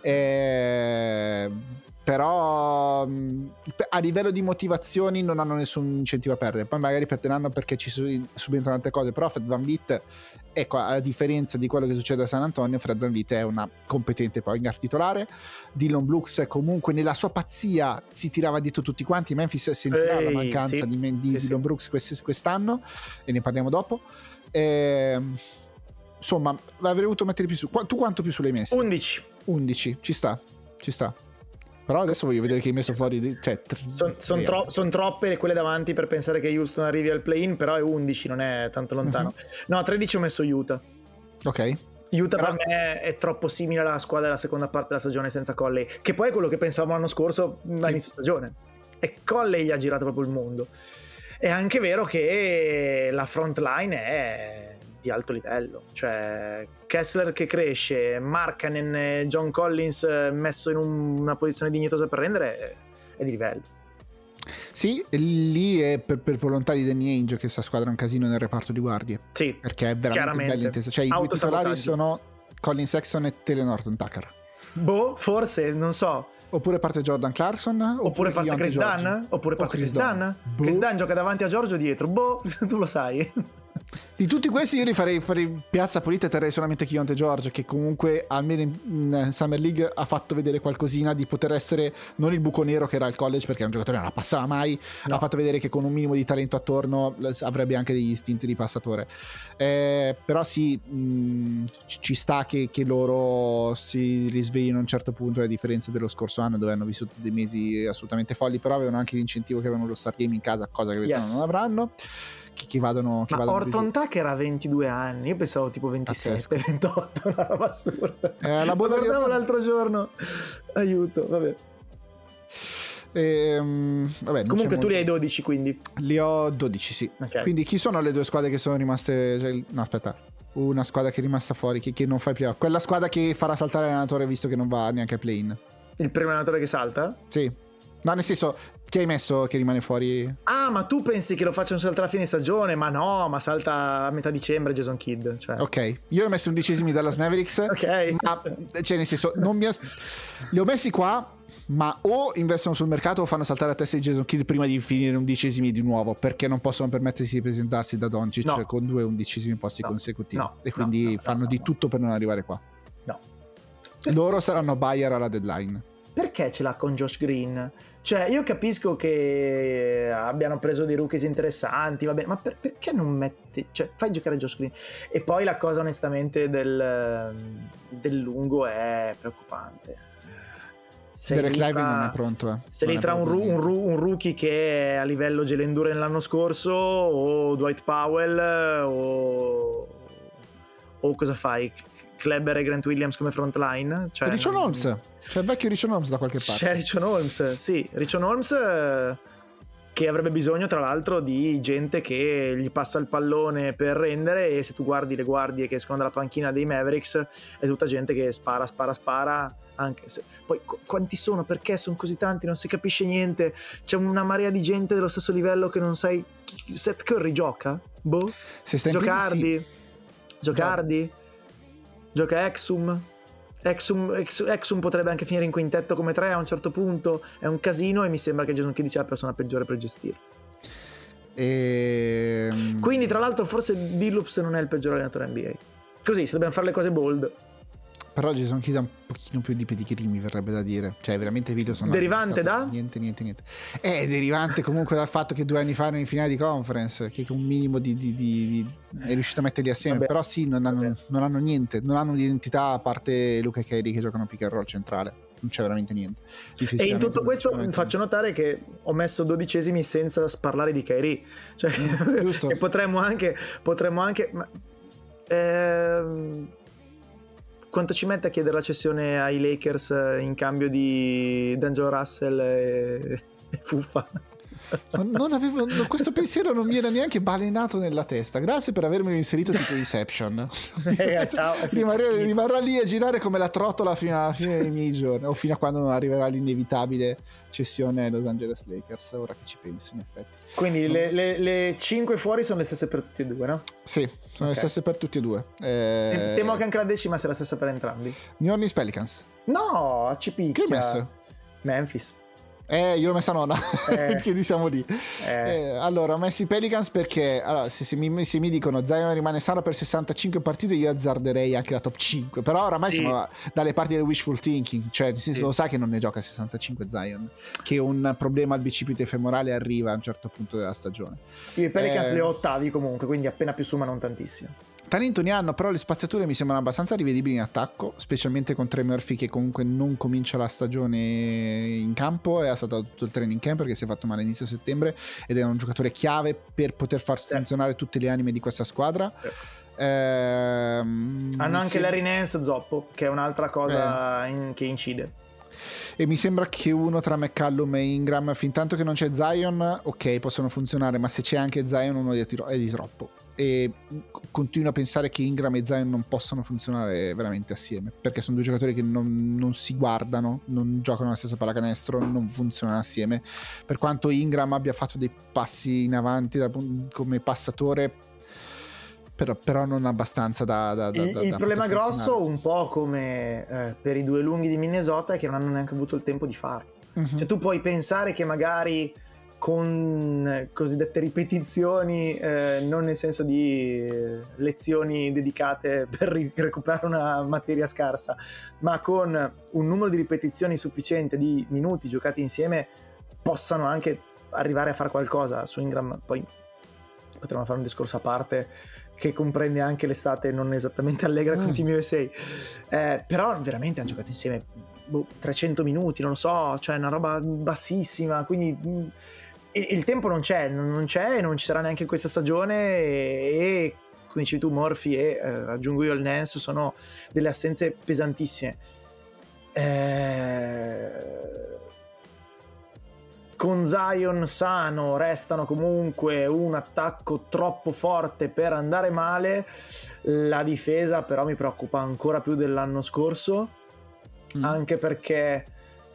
Eh, però mh, a livello di motivazioni non hanno nessun incentivo a perdere. Poi magari perderanno perché ci su- subentrano tante cose, però Fred VanVleet, ecco, a differenza di quello che succede a San Antonio, Fred VanVleet è una competente point guard titolare. Dylan Brooks comunque nella sua pazzia si tirava dietro tutti quanti. Memphis sentirà Ehi, la mancanza sì. di, di Sì, Dylan sì. Brooks quest- quest'anno, e ne parliamo dopo. Ehm, insomma, avrei voluto mettere più su. Qua- tu quanto più su l'hai messo? undici. undici, ci sta, ci sta. Però adesso voglio vedere che hai messo fuori di- cioè, Sono son tre. tro- son troppe quelle davanti per pensare che Houston arrivi al play-in, però è undici, non è tanto lontano. Mhm. No, a tredici ho messo Utah. Ok. Utah Però- per me è troppo simile alla squadra della seconda parte della stagione senza Conley, che poi è quello che pensavamo l'anno scorso a Sì. inizio stagione. E Conley gli ha girato proprio il mondo. È anche vero che la front line è di alto livello, cioè Kessler che cresce, Markkanen, John Collins messo in un, una posizione dignitosa per rendere è, è di livello. Sì, e lì è per, per volontà di Danny Ainge che sta squadra un casino nel reparto di guardie. Sì, perché è veramente bella intesa. Cioè i due titolari sono Colin Sexton e Taylor Norton Tucker. Boh, forse, non so. Oppure parte Jordan Clarkson, oppure, oppure parte Chris Dunn, oppure parte Chris Dunn. Boh. Chris Dunn gioca davanti a Giorgio dietro. Boh, tu lo sai. Di tutti questi io li farei, farei piazza pulita e terrei solamente Keontae George, che comunque almeno in Summer League ha fatto vedere qualcosina di poter essere non il buco nero che era al college, perché è un giocatore che non la passava mai, no. Ha fatto vedere che con un minimo di talento attorno avrebbe anche degli istinti di passatore, eh, però sì, mh, ci sta che, che loro si risveglino a un certo punto, a differenza dello scorso anno dove hanno vissuto dei mesi assolutamente folli, però avevano anche l'incentivo che avevano lo Star Game in casa, cosa che quest'anno yes. non avranno. Che, che vadano che ma vadano Orton Tucker ha ventidue anni, io pensavo tipo ventisette ventotto, una roba assurda. Eh, la bolla lo guardavo l'altro giorno, aiuto, vabbè. Ehm, vabbè comunque tu molto. Li hai dodici, quindi li ho dodici, sì. Okay. Quindi chi sono le due squadre che sono rimaste, cioè, no aspetta, una squadra che è rimasta fuori, che, che non fa i playoff, quella squadra che farà saltare l'allenatore visto che non va neanche a play-in. Il primo allenatore che salta? Sì. No, nel senso, chi hai messo che rimane fuori? Ah, ma tu pensi che lo facciano saltare a fine stagione? Ma no, ma salta a metà dicembre Jason Kidd, cioè. Ok, io ho messo undicesimi Dallas Mavericks. Ok. Ma, cioè nel senso, non mi as... li ho messi qua, ma o investono sul mercato o fanno saltare la testa di Jason Kidd prima di finire undicesimi di nuovo, perché non possono permettersi di presentarsi da Doncic no. con due undicesimi posti no. consecutivi. No. E quindi no, no, fanno no, di no. tutto per non arrivare qua. No. Loro saranno buyer alla deadline. Perché ce l'ha con Josh Green? Cioè, io capisco che abbiano preso dei rookies interessanti, va bene, ma per, perché non metti, cioè, fai giocare Josh Green? E poi la cosa onestamente del, del lungo è preoccupante. Se Derek Lively non è pronto, eh. Se lì tra un, ru, un, ru, un rookie che è a livello Jalen Duren l'anno scorso, o Dwight Powell, o, o cosa fai? Kleber e Grant Williams come frontline, cioè Richon Holmes, c'è il vecchio Richon Holmes da qualche parte. C'è Richon Holmes, sì, Richon Holmes eh, che avrebbe bisogno tra l'altro di gente che gli passa il pallone per rendere, e se tu guardi le guardie che escono dalla panchina dei Mavericks è tutta gente che spara, spara, spara, anche se poi qu- quanti sono, perché sono così tanti, non si capisce niente, c'è una marea di gente dello stesso livello che non sai chi... Seth Curry gioca? Boh, se stai Giocardi sì. Giocardi gioca Exum. Exum, Exum Exum potrebbe anche finire in quintetto come tre a un certo punto, è un casino, e mi sembra che Jason Kidd sia la persona peggiore per gestirlo. E... quindi tra l'altro forse Billups non è il peggior allenatore N B A, così se dobbiamo fare le cose bold. Però Jason Kidd ha un pochino più di pedigree, mi verrebbe da dire. Cioè veramente video sono derivante da? Niente, niente, niente. È derivante comunque dal fatto che due anni fa erano in finale di conference, che con un minimo di, di, di, di è riuscito a metterli assieme. Vabbè. Però sì, non hanno, non hanno niente, non hanno un'identità a parte Luca e Kyrie che giocano pick and roll centrale. Non c'è veramente niente. E in tutto questo faccio notare che ho messo dodicesimi senza parlare di Kyrie. Cioè, mm, giusto. E potremmo anche, potremmo anche ma, ehm, quanto ci mette a chiedere la cessione ai Lakers in cambio di D'Angelo Russell e, e Fuffa? Non, non avevo, no, questo pensiero non mi era neanche balenato nella testa. Grazie per avermelo inserito tipo Inception. Eh, ciao. Rimarrò, rimarrò lì a girare come la trottola fino alla fine dei miei giorni, o fino a quando non arriverà l'inevitabile cessione ai Los Angeles Lakers. Ora che ci penso, in effetti. Quindi le, le, le cinque fuori sono le stesse per tutti e due, no? Sì, sono okay. le stesse per tutti e due. Eh... Temo che anche la decima sia la stessa per entrambi. New Orleans Pelicans. No, ci picchia. Che hai messo? Memphis. Eh, io l'ho messa nonna, eh. che siamo lì. Eh. Eh, allora, ho messo i Pelicans perché allora, se, se, mi, se mi dicono Zion rimane sano per sessantacinque partite, io azzarderei anche la top cinque. Però oramai sì. siamo dalle parti del wishful thinking, cioè nel senso sì. lo sa che non ne gioca sessantacinque Zion, che un problema al bicipite femorale arriva a un certo punto della stagione. Io i Pelicans eh. li ho ottavi comunque, quindi appena più su, ma non tantissimo. Talento ne hanno, però le spaziature mi sembrano abbastanza rivedibili in attacco, specialmente con Trey Murphy che comunque non comincia la stagione in campo e ha saltato tutto il training camp perché si è fatto male inizio settembre, ed è un giocatore chiave per poter far sì. funzionare tutte le anime di questa squadra. Sì. Ehm, hanno anche se... Larry Nance Zoppo, che è un'altra cosa eh. in, che incide. E mi sembra che uno tra McCallum e Ingram, fin tanto che non c'è Zion, ok, possono funzionare, ma se c'è anche Zion uno è di troppo. E continuo a pensare che Ingram e Zion non possano funzionare veramente assieme, perché sono due giocatori che non, non si guardano, non giocano la stessa pallacanestro, non funzionano assieme. Per quanto Ingram abbia fatto dei passi in avanti da, come passatore, però, però non abbastanza da, da, il, da il da problema poter grosso, un po' come eh, per i due lunghi di Minnesota, è che non hanno neanche avuto il tempo di farlo. Mm-hmm. Cioè tu puoi pensare che magari con cosiddette ripetizioni, eh, non nel senso di lezioni dedicate per ri- recuperare una materia scarsa, ma con un numero di ripetizioni sufficiente di minuti giocati insieme, possano anche arrivare a fare qualcosa. Su Ingram poi potremmo fare un discorso a parte che comprende anche l'estate non esattamente allegra mm. con Team U S A, eh, però veramente hanno giocato insieme boh, trecento minuti, non lo so, cioè una roba bassissima, quindi mh, e il tempo non c'è, non c'è e non ci sarà neanche in questa stagione, e, e come dicevi tu Murphy e eh, aggiungo io il Nance sono delle assenze pesantissime. Eh, con Zion sano restano comunque un attacco troppo forte per andare male. La difesa però mi preoccupa ancora più dell'anno scorso, mm. anche perché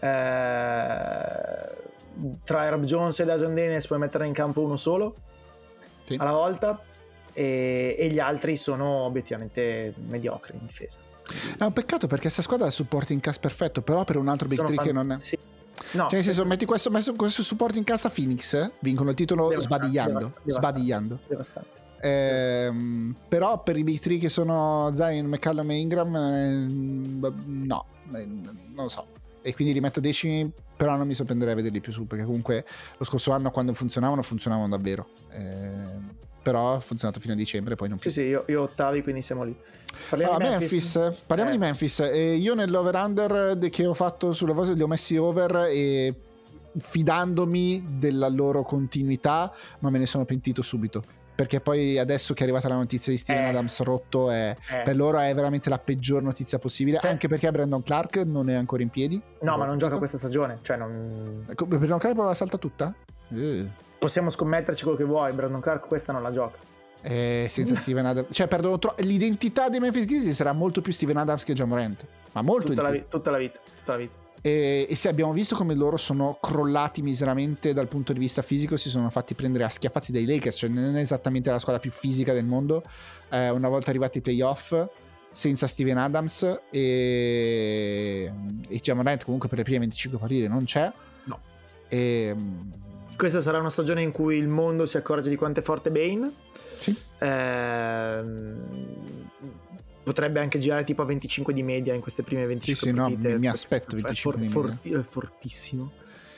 eh, tra Herb Jones e Dajon Daniels puoi mettere in campo uno solo sì. alla volta, e, e gli altri sono obiettivamente mediocri in difesa. È un peccato perché questa squadra ha il supporting cast perfetto, però per un altro big three fan... che non è sì. no, cioè nel senso metti questo, messo questo supporting cast a Phoenix, eh? vincono il titolo devastante, sbadigliando devastante, sbadigliando devastante. Ehm, però per i big three che sono Zion, McCallum e Ingram eh, no, eh, non lo so, e quindi rimetto decimi, però non mi sorprenderei a vederli più su, perché comunque lo scorso anno quando funzionavano funzionavano davvero, eh, però ha funzionato fino a dicembre, poi non più. Sì sì, io, io ottavi, quindi siamo lì. Parliamo allora, di Memphis, Memphis. Parliamo eh. di Memphis, eh, io nell'over-under che ho fatto sulla voce li ho messi over e fidandomi della loro continuità, ma me ne sono pentito subito, perché poi adesso che è arrivata la notizia di Steven eh. Adams rotto è, eh. per loro è veramente la peggior notizia possibile, sì. anche perché Brandon Clark non è ancora in piedi. No, ma non gioca tutto. Questa stagione, cioè non... Brandon Clark la salta tutta? Eh. Possiamo scommetterci quello che vuoi, Brandon Clark questa non la gioca. Eh, senza Steven Adams, cioè perdono tro- l'identità dei Memphis Grizzlies sarà molto più Steven Adams che Ja Morant, ma molto tutta, di la, più. vi- tutta la vita, tutta la vita. E, e se abbiamo visto come loro sono crollati miseramente dal punto di vista fisico, si sono fatti prendere a schiaffazzi dai Lakers, cioè non è esattamente la squadra più fisica del mondo, eh, una volta arrivati ai playoff senza Steven Adams e, e Ja Morant comunque per le prime venticinque partite non c'è. No. E, questa sarà una stagione in cui il mondo si accorge di quanto è forte Bane. Sì. Eh, potrebbe anche girare tipo a venticinque di media in queste prime venticinque sì, sì, partite. No, mi, mi aspetto venticinque è, for, di media. Forti, è fortissimo.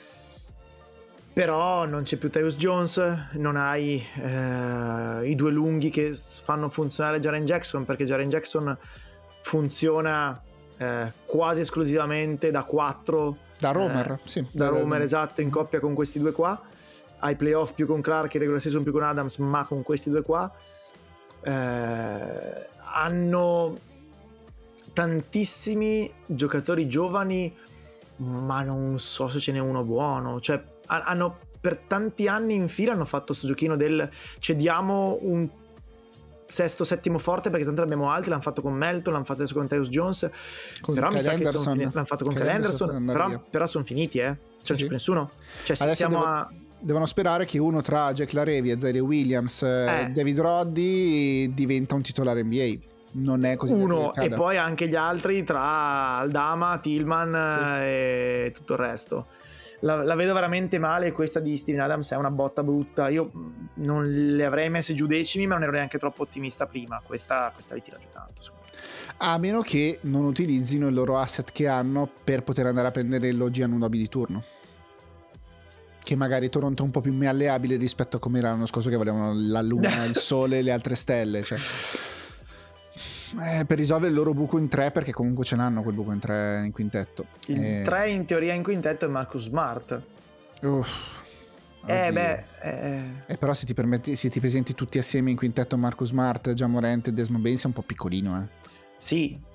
Però non c'è più Tyus Jones, non hai eh, i due lunghi che fanno funzionare Jaren Jackson, perché Jaren Jackson funziona eh, quasi esclusivamente da quattro, da Romer, eh, sì, da da, Romer da, esatto, in coppia con questi due qua. Ai playoff più con Clark, in regular season più con Adams, ma con questi due qua eh, hanno tantissimi giocatori giovani, ma non so se ce n'è uno buono. Cioè hanno per tanti anni in fila hanno fatto questo giochino del cediamo un sesto settimo forte perché tanto abbiamo altri, l'hanno fatto con Melton, l'hanno fatto adesso con Tyus Jones, con però Kyle mi sa Anderson. che sono finiti, l'hanno fatto con Kyle Anderson, però, però sono finiti, eh cioè sì, c'è sì. nessuno, cioè se siamo devo... a devono sperare che uno tra Jack LaRavia, Zaire Williams, eh. David Roddy diventa un titolare N B A. Non è così uno e poi anche gli altri tra Aldama, Tillman sì. e tutto il resto. La, la vedo veramente male, questa di Steven Adams è una botta brutta. Io non le avrei messe giù decimi, ma non ero neanche troppo ottimista prima. Questa, questa li tira giù tanto, a meno che non utilizzino il loro asset che hanno per poter andare a prendere l'O G Anunoby di turno, che magari Toronto è un po' più malleabile rispetto a come era l'anno scorso, che volevano la luna, il sole e le altre stelle, cioè eh, per risolvere il loro buco in tre, perché comunque ce l'hanno quel buco in tre in quintetto. Il eh... tre in teoria in quintetto è Marcus Smart. Uff, eh beh eh... eh, però se ti permetti, se ti presenti tutti assieme in quintetto Marcus Smart, Ja Morant e Desmond Bain, sei un po' piccolino, eh sì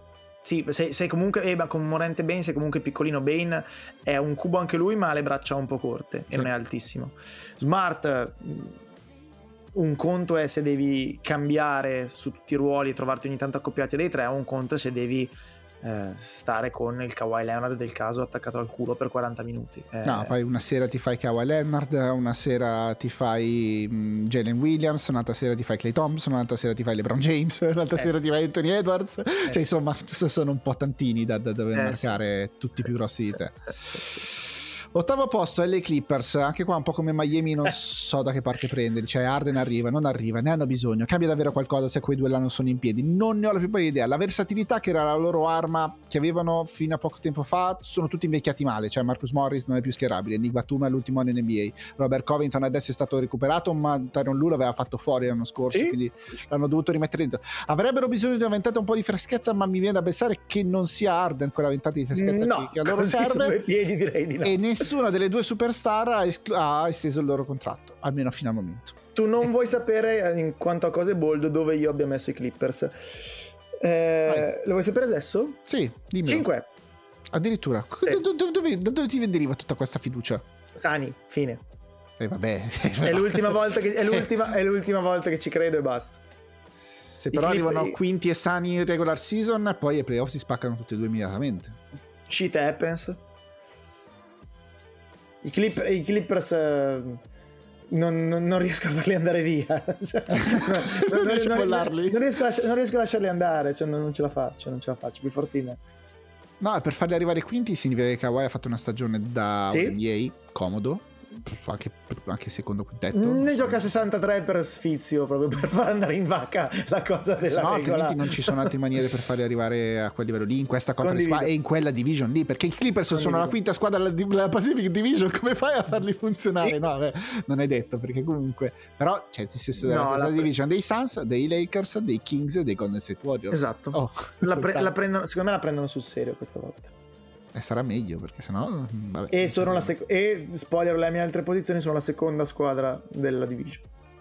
Sì, sei, sei comunque, eh, ma con Morante Bane sei comunque piccolino. Bane è un cubo anche lui, ma ha le braccia un po' corte e sì. non è altissimo. Smart, un conto è se devi cambiare su tutti i ruoli e trovarti ogni tanto accoppiati dei tre, un conto è se devi eh, stare con il Kawhi Leonard del caso attaccato al culo per quaranta minuti. Eh, no, poi una sera ti fai Kawhi Leonard, una sera ti fai mh, Jalen Williams, un'altra sera ti fai Klay Thompson, un'altra sera ti fai LeBron James, un'altra eh, sera sì. ti fai Anthony Edwards, eh, cioè sì. insomma sono un po' tantini da, da dover eh, marcare sì. tutti sì. più grossi sì. di te. Sì. Sì. Sì. Ottavo posto L A Clippers, anche qua un po' come Miami, non so da che parte prendere, cioè Harden arriva, non arriva, ne hanno bisogno, cambia davvero qualcosa se quei due là non sono in piedi, non ne ho la più pallida idea. La versatilità che era la loro arma che avevano fino a poco tempo fa, sono tutti invecchiati male, cioè Marcus Morris non è più schierabile, Nick Batum è l'ultimo anno in N B A, Robert Covington adesso è stato recuperato, ma Tyronn Lue l'aveva fatto fuori l'anno scorso, sì? Quindi l'hanno dovuto rimettere dentro. Avrebbero bisogno di una ventata un po' di freschezza, ma mi viene da pensare che non sia Harden quella ventata di freschezza no, che, che a loro serve, piedi, direi di no. E nessuna delle due super Star ha, esclu- ha esteso il loro contratto, almeno fino al momento. Tu non vuoi sapere, in quanto a cose bold, dove io abbia messo i Clippers. Eh, lo vuoi sapere adesso? Sì, dimmi. cinque. Addirittura. Sì. Da, dove, dove, da dove ti deriva tutta questa fiducia? Sani, fine. E eh, vabbè. È l'ultima volta che, è l'ultima, è l'ultima volta che ci credo e basta. Se però Clip- arrivano quinti e sani in regular season, poi ai playoff si spaccano tutti e due immediatamente. Shit happens. I, Clip, i Clippers uh, non, non, non riesco a farli andare via, cioè, non, non, non, non, non, riesco a, non riesco a lasciarli andare, cioè, non, non ce la faccio, non ce la faccio, più forti di me. No, per farli arrivare quinti significa che Kawhi ha fatto una stagione da sì? N B A comodo, anche, anche secondo quintetto. Ne gioca sessantatré per sfizio, proprio per far andare in vacca la cosa della no, regola. Altrimenti non ci sono altre maniere per farli arrivare a quel livello lì, in questa conference qua e in quella division lì, perché i Clippers Condivido. sono la quinta squadra della, della Pacific Division, come fai a farli funzionare? Sì. No, beh, non è detto, perché comunque però c'è il stesso della no, stessa la... division dei Suns, dei Lakers, dei Kings e dei Golden State Warriors. Esatto. Oh, la pre- la prendono, secondo me la prendono sul serio questa volta. E sarà meglio, perché sennò vabbè, e sono la sec- e spoiler, le mie altre posizioni sono la seconda squadra della division.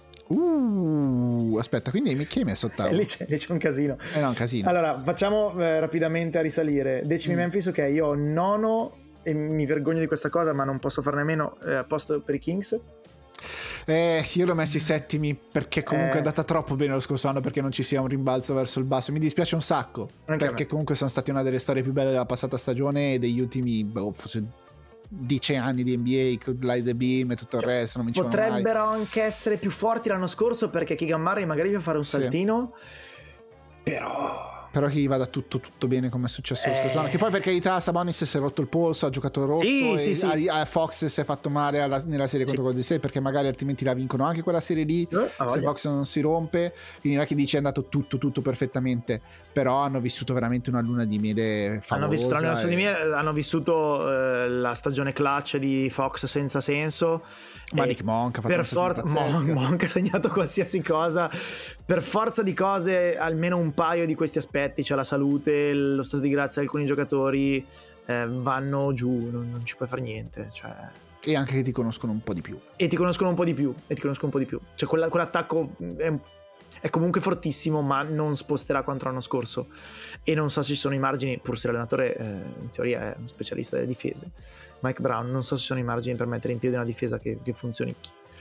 Uh, aspetta, quindi chi hai messo ottavo? Eh, lì, c'è, lì c'è un casino. Eh no, un casino. Allora, facciamo eh, rapidamente a risalire. Decimi mm. Memphis, ok, io ho nono e mi vergogno di questa cosa, ma non posso farne a meno, eh, a posto per i Kings. Eh, io l'ho messi settimi perché comunque eh. è andata troppo bene lo scorso anno, perché non ci sia un rimbalzo verso il basso. Mi dispiace un sacco, anche perché comunque sono stati una delle storie più belle della passata stagione e degli ultimi boh, forse dieci anni di N B A con Light the Beam e tutto il cioè, resto. Non mi potrebbero mai. anche essere più forti l'anno scorso, perché Keegan Murray magari deve fare un saltino, sì. però però che gli vada tutto tutto bene come è successo lo scorso anno, che poi per carità Sabonis si è rotto il polso, ha giocato rotto, sì, e sì, sì. A, a Fox si è fatto male alla, nella serie contro sì. Golden State, perché magari altrimenti la vincono anche quella serie lì, eh, se Fox non si rompe, quindi non è che dice è andato tutto tutto perfettamente, però hanno vissuto veramente una luna di miele favolosa. Hanno vissuto, e... luna di miele, hanno vissuto eh, la stagione clutch di Fox senza senso. Malik Monk ha fatto per forza Monk, Monk ha segnato qualsiasi cosa, per forza di cose almeno un paio di questi aspetti, cioè la salute, lo stato di grazia di alcuni giocatori eh, vanno giù, non, non ci puoi fare niente, cioè... e anche che ti conoscono un po' di più e ti conoscono un po' di più e ti conoscono un po' di più, cioè quella, quell'attacco è, è comunque fortissimo, ma non sposterà quanto l'anno scorso, e non so se ci sono i margini, pur se l'allenatore eh, in teoria è uno specialista delle difese, Mike Brown, non so se ci sono i margini per mettere in piedi una difesa che, che funzioni.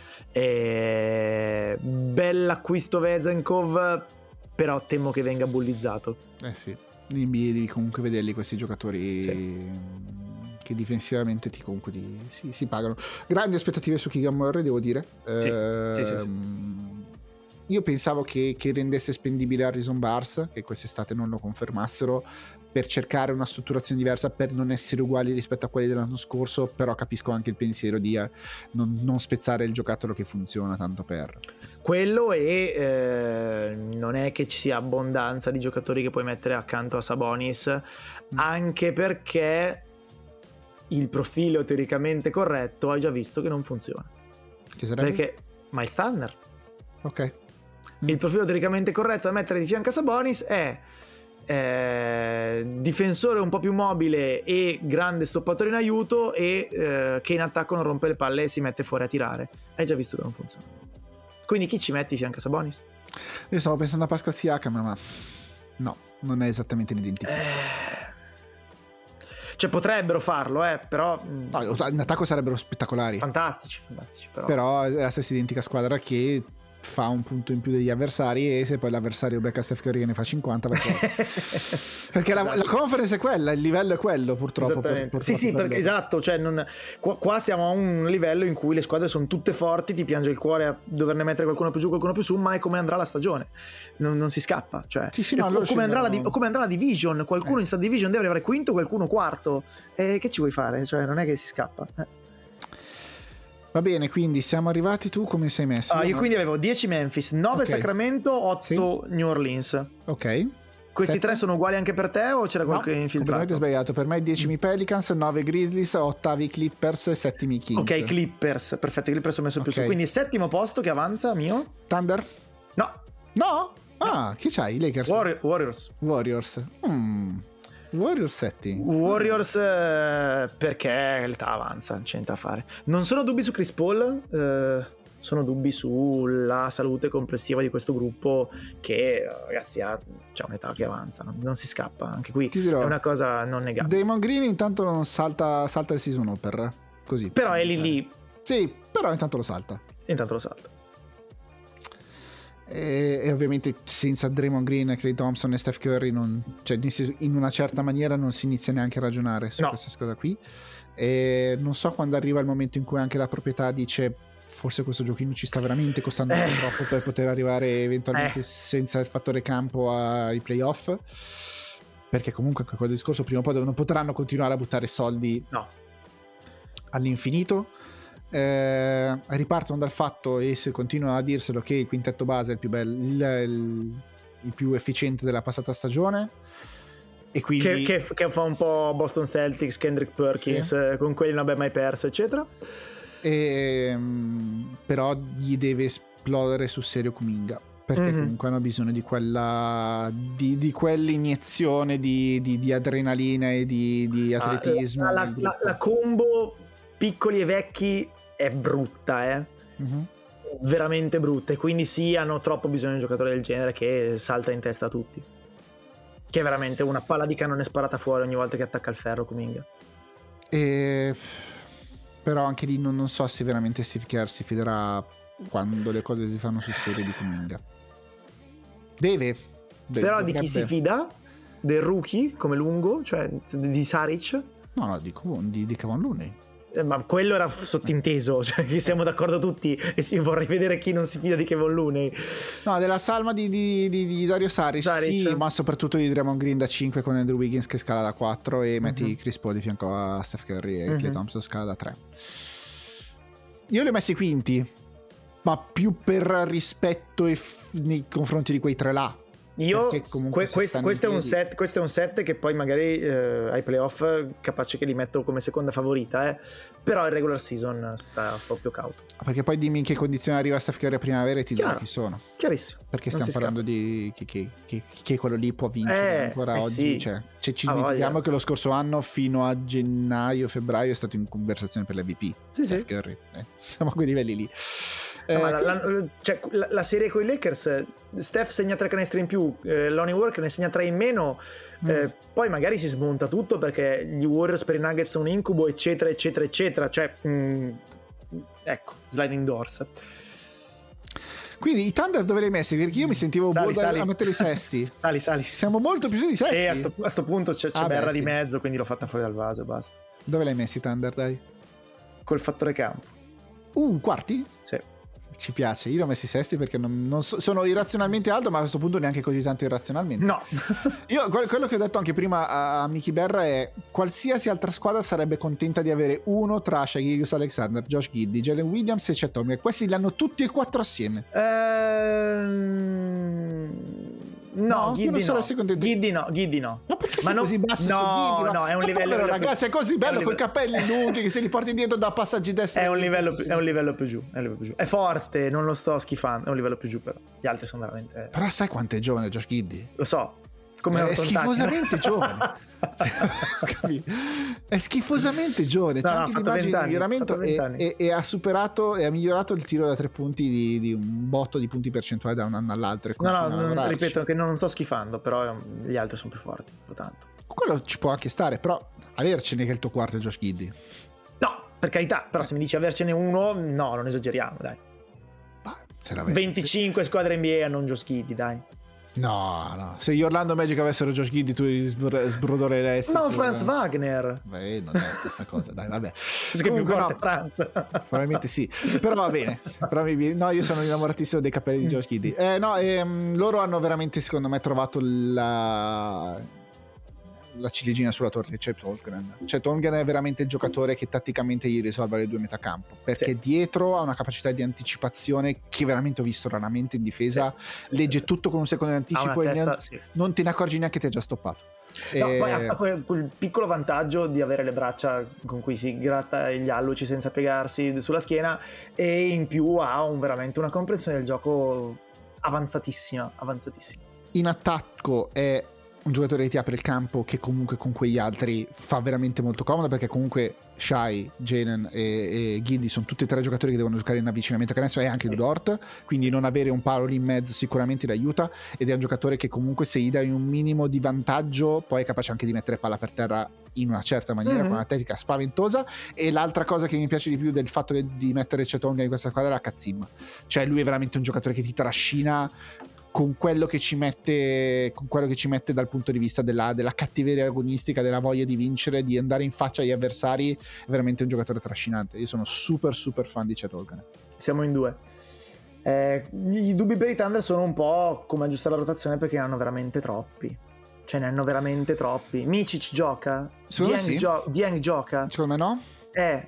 E... bell'acquisto Vezenkov, però temo che venga bullizzato. Eh sì, in N B A devi comunque vederli questi giocatori sì. che difensivamente ti comunque ti, si, si pagano. Grandi aspettative su Keegan Murray, devo dire. Sì, eh, sì, sì, sì. Io pensavo che, che rendesse spendibile Harrison Barnes, che quest'estate non lo confermassero, per cercare una strutturazione diversa, per non essere uguali rispetto a quelli dell'anno scorso, però capisco anche il pensiero di eh, non, non spezzare il giocattolo che funziona tanto per quello, e eh, non è che ci sia abbondanza di giocatori che puoi mettere accanto a Sabonis, mm. anche perché il profilo teoricamente corretto hai già visto che non funziona. Che sarebbe? Perché Miles Turner, ok, mm. il profilo teoricamente corretto da mettere di fianco a Sabonis è Eh, difensore un po' più mobile e grande stoppatore in aiuto, e eh, che in attacco non rompe le palle e si mette fuori a tirare. Hai già visto che non funziona. Quindi chi ci metti di fianco a Sabonis? Io stavo pensando a Pascal Siakam, ma no, non è esattamente l'identikit. Eh... Cioè potrebbero farlo, eh, però no, in attacco sarebbero spettacolari, fantastici, fantastici però. però è la stessa identica squadra che fa un punto in più degli avversari, e se poi l'avversario becca Steph Curry che ne fa cinquanta, perché, perché la, la conference è quella, il livello è quello, purtroppo, per, purtroppo sì sì per perché, esatto, cioè non, qua, qua siamo a un livello in cui le squadre sono tutte forti, ti piange il cuore a doverne mettere qualcuno più giù, qualcuno più su, ma è come andrà la stagione, non, non si scappa, cioè sì, sì, no, o, come andrà la, no. o come andrà la division, qualcuno eh. in sta division deve arrivare quinto, qualcuno quarto, e che ci vuoi fare? Cioè non è che si scappa, eh. Va bene, quindi siamo arrivati. Tu come sei messo? Ah, io no? quindi avevo dieci Memphis, nove okay. Sacramento, otto sì. New Orleans. Ok. Questi Sette. tre sono uguali anche per te o c'era No, qualche infiltrato? completamente sbagliato. Per me dieci Pelicans, nove Grizzlies, ottavi Clippers, settimi Kings. Ok, Clippers, perfetto, i Clippers ho messo più okay. su. Quindi settimo posto che avanza, mio? Thunder? No. No? Ah, chi c'hai? I Lakers? Warri- Warriors. Warriors. Mm. Warriors setti. Warriors eh, perché l'età avanza, c'è niente da fare. Non sono dubbi su Chris Paul, eh, sono dubbi sulla salute complessiva di questo gruppo che, ragazzi, ha c'è un'età che avanza, non, non si scappa. Anche qui Ti dirò, è una cosa non negabile. Damon Green intanto non salta, salta il season opener, così. Però è lì lì. Sì, però intanto lo salta. Intanto lo salta. E, e ovviamente senza Draymond Green, Klay Thompson e Steph Curry non, cioè, in una certa maniera non si inizia neanche a ragionare su no. questa squadra qui. E non so quando arriva il momento in cui anche la proprietà dice forse questo giochino ci sta veramente costando eh. troppo per poter arrivare eventualmente eh. senza il fattore campo ai playoff, perché comunque quel discorso prima o poi non potranno continuare a buttare soldi no. all'infinito. Eh, ripartono dal fatto, e se continuano a dirselo, che il quintetto base è il più bello, il, il, il più efficiente della passata stagione, e quindi che, che, che fa un po' Boston Celtics, Kendrick Perkins, sì. eh, con quelli non abbia mai perso, eccetera. E, però gli deve esplodere sul serio Kuminga, perché mm-hmm. comunque hanno bisogno di quella di, di quell'iniezione di, di, di adrenalina e di, di atletismo. Ah, la, la, la, la combo piccoli e vecchi è brutta, eh mm-hmm. veramente brutta, e quindi sì, hanno troppo bisogno di un giocatore del genere che salta in testa a tutti, che è veramente una palla di cannone sparata fuori ogni volta che attacca il ferro Kuminga. E però anche lì non, non so se veramente Steve Kerr si fiderà quando le cose si fanno sul serio di Kuminga. Deve, deve però dovrebbe. Di chi si fida? Del rookie come lungo, cioè di Saric? No, no, di, di, di Kevon Looney. Ma quello era sottinteso, cioè che siamo d'accordo tutti, e io vorrei vedere chi non si fida di Kevon Looney. No, della salma di, di, di, di Dario Saric, Saric, sì, ma soprattutto di Draymond Green da cinque con Andrew Wiggins che scala da quattro e uh-huh. metti Chris Paul di fianco a Steph Curry e uh-huh. Klay Thompson scala da tre. Io li ho messi quinti, ma più per rispetto e f- nei confronti di quei tre là. Io que- questo, questo, è un set, questo è un set che poi magari eh, ai playoff capace che li metto come seconda favorita, eh. Però il regular season sta, sto più cauto, perché poi dimmi in che condizione arriva Steph Curry a primavera e ti dirò chi sono. Chiarissimo, perché stiamo parlando scappa. di che, che, che, che quello lì può vincere eh, ancora eh oggi, sì. cioè, cioè ci dimentichiamo che lo scorso anno fino a gennaio febbraio è stato in conversazione per l'M V P sì, Steph sì. Curry, eh. siamo a quei livelli lì. No, eh, ma la, che... la, cioè, la, la serie con i Lakers, Steph segna tre canestri in più, eh, Lonnie Walker ne segna tre in meno, mm. eh, poi magari si smonta tutto perché gli Warriors per i Nuggets sono un incubo, eccetera eccetera eccetera, cioè mm, ecco, sliding doors. Quindi i Thunder dove li hai messi? Perché io mi sentivo sali, bold sali. a mettere i sesti. sali sali siamo molto più su di sesti, e a sto, a sto punto c'è, c'è ah, Berra beh, di sì. mezzo, quindi l'ho fatta fuori dal vaso e basta. Dove l'hai messi i Thunder, dai? Col fattore campo. Uh, quarti? Sì. Ci piace, io l'ho messi sesti perché non, non so, sono irrazionalmente alto, ma a questo punto neanche così tanto irrazionalmente. No. Io quello che ho detto anche prima a, a Mickey Berra è: qualsiasi altra squadra sarebbe contenta di avere uno tra Shai Gilgeous-Alexander, Josh Giddey, Jalen Williams e Chet Holmgren. Questi li hanno tutti e quattro assieme. Ehm... No, no, Giddey no. Giddey no, Giddey no. Ma perché ma sei no, così basso? No, Giddey, no, è un ma livello, povero, livello ragazzi, più... è così bello è con i capelli lunghi che se li porti indietro da passaggi destra. È un livello, destra, più, è un livello più giù, è un livello più giù. È forte, non lo sto schifando, è un livello più giù però. Gli altri sono veramente... Però sai quanto è giovane Josh Giddey? Lo so. come è schifosamente giovane. È schifosamente giovane. C'è No, no, anche ha fatto l'immagine di venti anni, miglioramento ha fatto e, venti e, e ha superato e ha migliorato il tiro da tre punti di, di un botto di punti percentuali da un anno all'altro. e No, no, continua a non, lavorarci. ripeto che non sto schifando, però gli altri sono più forti, tanto. Quello ci può anche stare, però avercene che il tuo quarto è Josh Giddey. No, per carità, però se mi dici avercene uno, no, non esageriamo, dai. Bah, se l'avessi- venticinque squadre N B A hanno un Josh Giddey, dai. No, no. Se gli Orlando Magic avessero Josh Giddey, tu sbr- sbrodoleresti. Ma un su- Franz Wagner. Beh, non è la stessa cosa, dai, vabbè. Che più Comunque, forte no, Franz. probabilmente sì, però va bene. Però mi- no, io sono innamoratissimo dei capelli di Josh Giddey. Eh, no, ehm, loro hanno veramente, secondo me, trovato la la ciliegina sulla torta, Chet Holmgren. Chet Holmgren è veramente il giocatore che tatticamente gli risolve le due metacampo, perché Sì. dietro ha una capacità di anticipazione che veramente ho visto raramente in difesa. Sì, sì, legge sì. tutto con un secondo di Ha una anticipo e testa, non, sì. non te ne accorgi neanche, ti ha già stoppato. No, E- poi ha quel, quel piccolo vantaggio di avere le braccia con cui si gratta gli alluci senza piegarsi sulla schiena, e in più ha un, veramente una comprensione del gioco avanzatissima, avanzatissima. in attacco è un giocatore che ti apre il campo, che comunque con quegli altri fa veramente molto comodo, perché comunque Shai, Jalen e, e Giddey sono tutti e tre giocatori che devono giocare in avvicinamento a canestro, e anche il Dort, quindi non avere un palo lì in mezzo sicuramente l'aiuta, ed è un giocatore che comunque se gli dai un minimo di vantaggio poi è capace anche di mettere palla per terra in una certa maniera, Mm-hmm. con una tecnica spaventosa. E l'altra cosa che mi piace di più del fatto che- di mettere Cetonga in questa squadra è la Kazim, cioè lui è veramente un giocatore che ti trascina con quello che ci mette con quello che ci mette dal punto di vista della, della cattiveria agonistica, della voglia di vincere, di andare in faccia agli avversari. È veramente un giocatore trascinante. Io sono super super fan di Chet Holmgren. Siamo in due. Eh, I dubbi per i Thunder sono un po' come aggiustare la rotazione, perché ne hanno veramente troppi. Cioè ne hanno veramente troppi. Micic gioca? Secondo me Dieng, sì. gio- Dieng gioca? Secondo me no. Eh,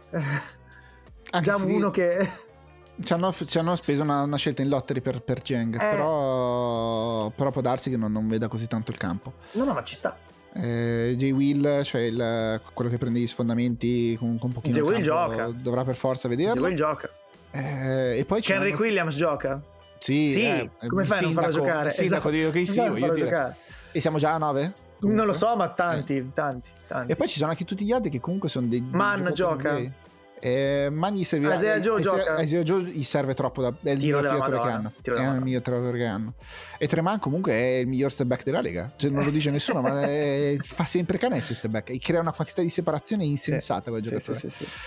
Anche già se uno che... ci hanno, ci hanno speso una, una scelta in lottery per, per Jeng, Eh. però, però può darsi che non, non veda così tanto il campo. No, no, ma ci sta. Eh, Jay Will, cioè il, quello che prende gli sfondamenti con, con un pochino Jay di Will campo, gioca. dovrà per forza vederlo. Lui gioca. Eh, e poi ci Kenrick hanno- Williams gioca? Sì, Sì, eh, come fai a non farlo sindaco- giocare? sindaco Esatto. di O K C, Come fai a non voglio farlo dire. giocare? E siamo già a nove? Non lo so, ma tanti, tanti, tanti. E poi ci sono anche tutti gli altri che comunque sono dei Man dei giocatori gioca? N B A. Eh, Man gli servirà. Isaiah Joe eh, Isaiah- gioca? Isaiah Joe gli serve troppo da, è il Tiro miglior della tiratore che Madonna, hanno. tiro È della il miglior tiratore che hanno. E Treman comunque è il miglior step back della Lega. Cioè, non lo dice nessuno, ma è- fa sempre canestri step back. E crea una quantità di separazione insensata quel Sì, giocatore. sì, sì, sì.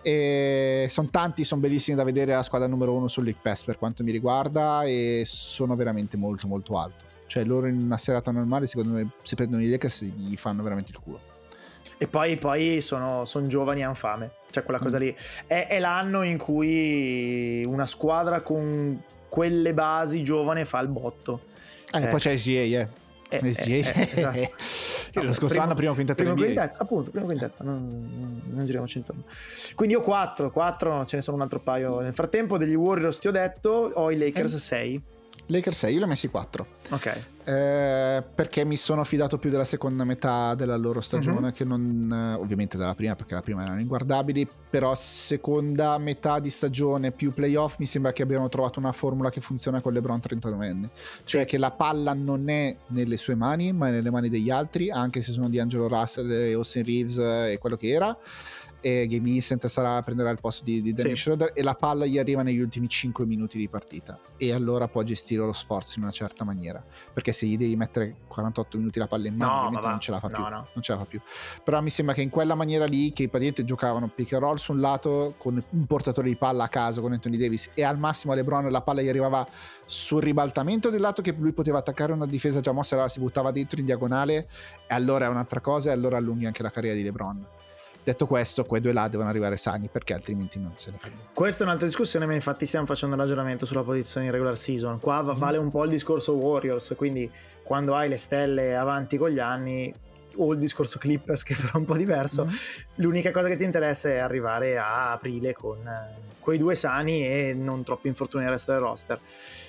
E sono tanti, sono bellissimi da vedere la squadra numero uno sul League Pass per quanto mi riguarda, e sono veramente molto molto alto. Cioè loro in una serata normale, secondo me, se prendono i Lakers gli fanno veramente il culo. E poi, poi sono, sono giovani e hanno fame. Cioè quella cosa Mm. lì. È, è l'anno in cui una squadra con quelle basi giovane fa il botto. Eh, Eh. poi c'è S G A, eh. Eh, S G A. eh, eh, esatto. Io lo scorso Primo- anno primo quintetto primo N B A. quintetto, appunto, primo quintetto, non, non, non giriamoci intorno. Quindi io quattro, quattro, ce ne sono un altro paio. Nel frattempo degli Warriors ti ho detto, ho i Lakers Eh. sei. Lakers sei, io li ho messi quattro. Ok. Eh, perché mi sono fidato più della seconda metà della loro stagione, Mhm. che non eh, ovviamente dalla prima, perché la prima erano inguardabili, però seconda metà di stagione più playoff mi sembra che abbiano trovato una formula che funziona con LeBron trentanovenne, cioè che la palla non è nelle sue mani ma è nelle mani degli altri, anche se sono di Angelo Russell e Austin Reeves e quello che era, e Gabe Vincent sarà, prenderà il posto di, di Dennis Sì. Schroeder, e la palla gli arriva negli ultimi cinque minuti di partita, e allora può gestire lo sforzo in una certa maniera, perché se gli devi mettere quarantotto minuti la palla in mano, No, ovviamente ma va. non ce la fa No, più, no. non ce la fa più. Però mi sembra che in quella maniera lì, che i praticamente giocavano pick and roll su un lato con un portatore di palla a caso con Anthony Davis, e al massimo a LeBron la palla gli arrivava sul ribaltamento del lato che lui poteva attaccare una difesa già mossa, allora si buttava dentro in diagonale, e allora è un'altra cosa, e allora allunghi anche la carriera di LeBron. Detto questo, quei due là devono arrivare sani, perché altrimenti non se ne fa niente. Questa è un'altra discussione, ma infatti stiamo facendo un ragionamento sulla posizione in regular season. Qua va- vale un po' il discorso Warriors, quindi quando hai le stelle avanti con gli anni, o il discorso Clippers, che però è un po' diverso, Mm. l'unica cosa che ti interessa è arrivare a aprile con eh, quei due sani e non troppi infortuni nel resto del roster.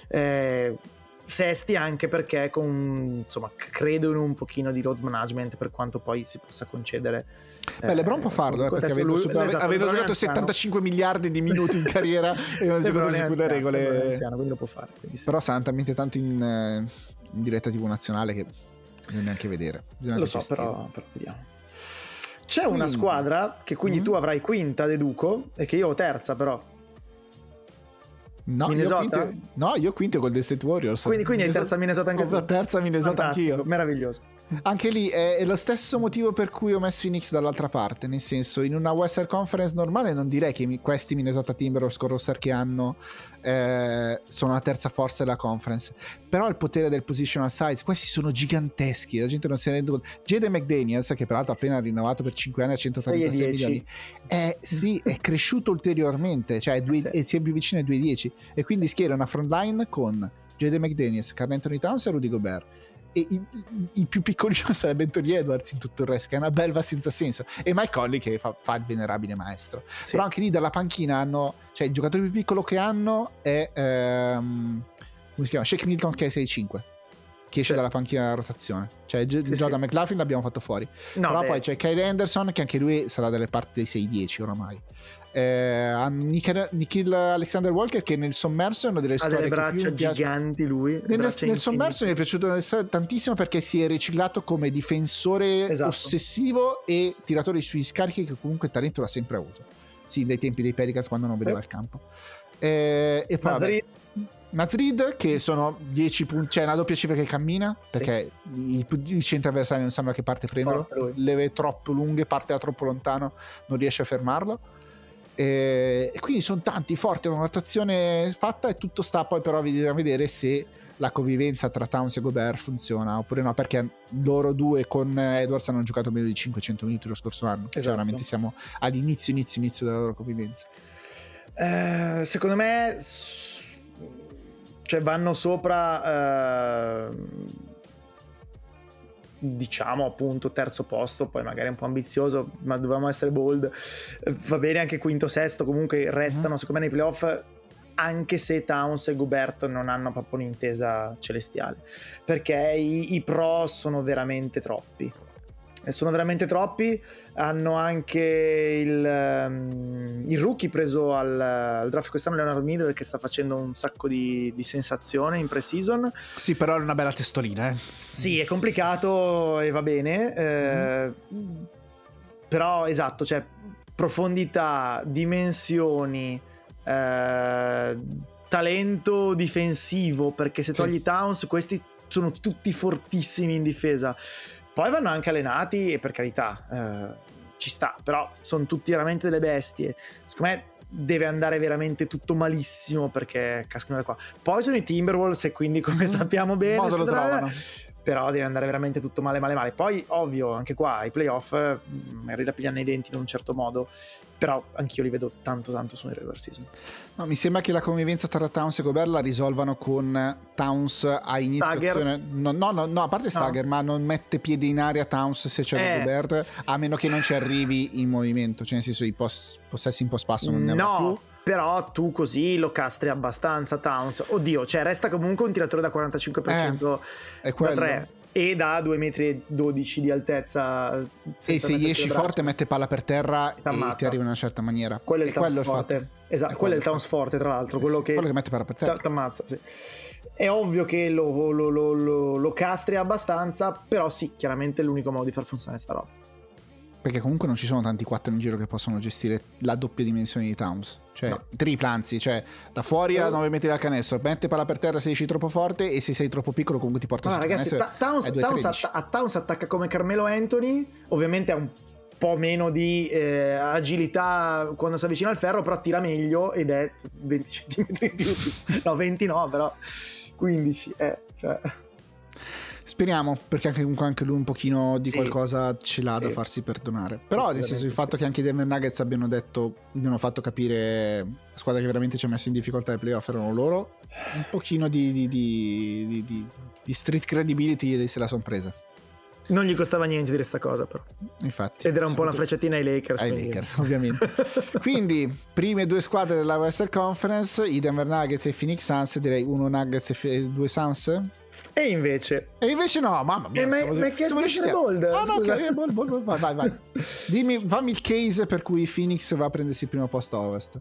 Eh, sesti anche perché con, insomma, c- credo in un pochino di load management, per quanto poi si possa concedere. Beh, LeBron può farlo, eh, perché adesso avendo, lui- super- esatto, avendo LeBron è giocato anziano. settantacinque miliardi di minuti in carriera e non ha LeBron giocato è su quelle anziano, regole, LeBron è anziano, quindi lo può fare, quindi sì. però saranno talmente tanto in, eh, in diretta tivù nazionale che bisogna anche vedere. Bisogna Lo anche so, gestire. però, però vediamo. C'è una Quindi. squadra che quindi Mm. tu avrai quinta, deduco, e che io ho terza, però. No, io Minnesota? quinto, no, io quinto col The State Warriors. Quindi, quindi hai terza Minnesota anche Ho tu. la terza Minnesota Fantastico, anch'io. meraviglioso. Anche lì è, è lo stesso motivo per cui ho messo i Knicks dall'altra parte, nel senso, in una Western Conference normale non direi che mi- questi Minnesota Timberwolves con roster che hanno eh, sono la terza forza della conference, però il potere del positional size, questi sono giganteschi, la gente non se ne rende conto. Jaden McDaniels, che peraltro ha appena rinnovato per cinque anni a centotrentasei sei e dieci. milioni, è, sì, è cresciuto ulteriormente, cioè è due, Sì. e si è più vicino ai due virgola dieci, e quindi schiera una front line con Jaden McDaniels, Karl Anthony Towns e Rudy Gobert. E il, il più piccolino sarebbe Anthony Edwards in tutto il resto, che è una belva senza senso, e Mike Conley che fa, fa il venerabile maestro. Sì. Però anche lì dalla panchina hanno, cioè il giocatore più piccolo che hanno è ehm, come si chiama? Shake Milton, che è sei cinque, che esce Sì. dalla panchina della rotazione, cioè J- Sì, Jordan sì. McLaughlin l'abbiamo fatto fuori. No, Però beh, poi c'è Kyle Anderson, che anche lui sarà dalle parti dei sei dieci oramai. Eh, hanno Nikhil, Nikhil Alexander Walker, che nel sommerso è una delle ha storie delle che più braccia mi piace. giganti lui. Nel, braccia nel infinite. sommerso mi è piaciuto tantissimo perché si è riciclato come difensore Esatto. ossessivo e tiratore sui scarichi, che comunque il talento l'ha sempre avuto. Sì, dai tempi dei Pelicans, quando non vedeva Sì. il campo. Eh, e poi Nazri- vabbè, Nazrid, che sono dieci punti, cioè una doppia cifra che cammina, Sì. perché i, i centri avversari non sanno da che parte prenderlo, Forte lui. leve troppo lunghe, parte da troppo lontano, non riesce a fermarlo. E, e quindi sono tanti forti, una rotazione fatta, e tutto sta poi però bisogna vedere se la convivenza tra Towns e Gobert funziona oppure no, perché loro due con Edwards hanno giocato meno di cinquecento minuti lo scorso anno. Cioè, Esatto. veramente siamo all'inizio inizio inizio della loro convivenza. Eh, secondo me s- cioè vanno sopra, eh, diciamo appunto terzo posto, poi magari un po' ambizioso, ma dovevamo essere bold. Eh, va bene anche quinto, sesto, comunque restano Mm. secondo me nei playoff, anche se Towns e Gobert non hanno proprio un'intesa celestiale, perché i, i pro sono veramente troppi. E sono veramente troppi. Hanno anche il, um, il rookie preso al, al draft quest'anno, Leonard Miller, che sta facendo un sacco di, di sensazione in pre-season. Sì, però è una bella testolina, eh. Sì, è complicato e va bene, eh, però esatto, cioè profondità, dimensioni, eh, talento difensivo, perché se Sì. togli Towns questi sono tutti fortissimi in difesa. Poi vanno anche allenati e per carità, eh, ci sta, però sono tutti veramente delle bestie. Secondo me deve andare veramente tutto malissimo perché cascano da qua. Poi sono i Timberwolves e quindi, come sappiamo bene, modo lo squadra- trovano. però deve andare veramente tutto male male male. Poi ovvio anche qua i playoff eh, magari la pigliano nei denti in un certo modo, però anch'io li vedo tanto tanto su regular season. No, mi sembra che la convivenza tra Towns e Gobert la risolvano con Towns a iniziazione. No, no, no, no, a parte Stagger, ma non mette piede in aria Towns se c'è Eh. Gobert, a meno che non ci arrivi in movimento, cioè nel senso i post, possessi in post passo non ne avrà No, più. però tu così lo castri abbastanza Towns. Oddio, cioè resta comunque un tiratore da quarantacinque per cento È da quello. tre e da due virgola dodici metri di altezza. E senza se gli metterci esci le braccia. forte mette palla per terra e T'ammazza. ti arriva in una certa maniera. Quello è E il Towns quello è il forte. fatto. Esatto, È quello è il quello Towns forte, tra l'altro. Eh Quello sì, che quello che mette palla per terra. t'ammazza, sì. È ovvio che lo, lo, lo, lo, lo castri abbastanza, però sì, chiaramente è l'unico modo di far funzionare sta roba. Perché comunque non ci sono tanti quattro in giro che possono gestire la doppia dimensione di Towns. Cioè, No. tripla anzi, cioè da fuori a nove metri dal canestro, mette palla per terra se esci troppo forte, e se sei troppo piccolo comunque ti porta Allora, sotto ragazzi, canestro. Ta- Towns, ai due Towns tredici. atta- a Towns attacca come Carmelo Anthony, ovviamente ha un po' meno di eh, agilità quando si avvicina al ferro, però tira meglio ed è venti centimetri in più. No, venti no, però quindici, eh, cioè... Speriamo, perché anche, comunque anche lui un pochino di Sì. qualcosa ce l'ha da Sì. farsi perdonare. Però nel senso il Assolutamente fatto sì. che anche i Denver Nuggets abbiano detto, abbiano fatto capire la squadra che veramente ci ha messo in difficoltà ai playoff erano loro, un pochino di, di, di, di, di, di street credibility se la son presa. Non gli costava niente dire sta cosa, però. Infatti. Ed era un po' una soprattutto- frecciatina ai Lakers. ai quindi- Lakers, ovviamente. Quindi, prime due squadre della Western Conference, i Denver Nuggets e i Phoenix Suns, direi uno Nuggets e f- due Suns. E invece... E invece no, mamma mia. Eh, ma- siamo- ma hai chiesto siamo di essere riusciti a- bold, Ah, no, scusa. ok, bold, bold, bold, vai, vai, vai. Dimmi, fammi il case per cui Phoenix va a prendersi il primo posto a Ovest.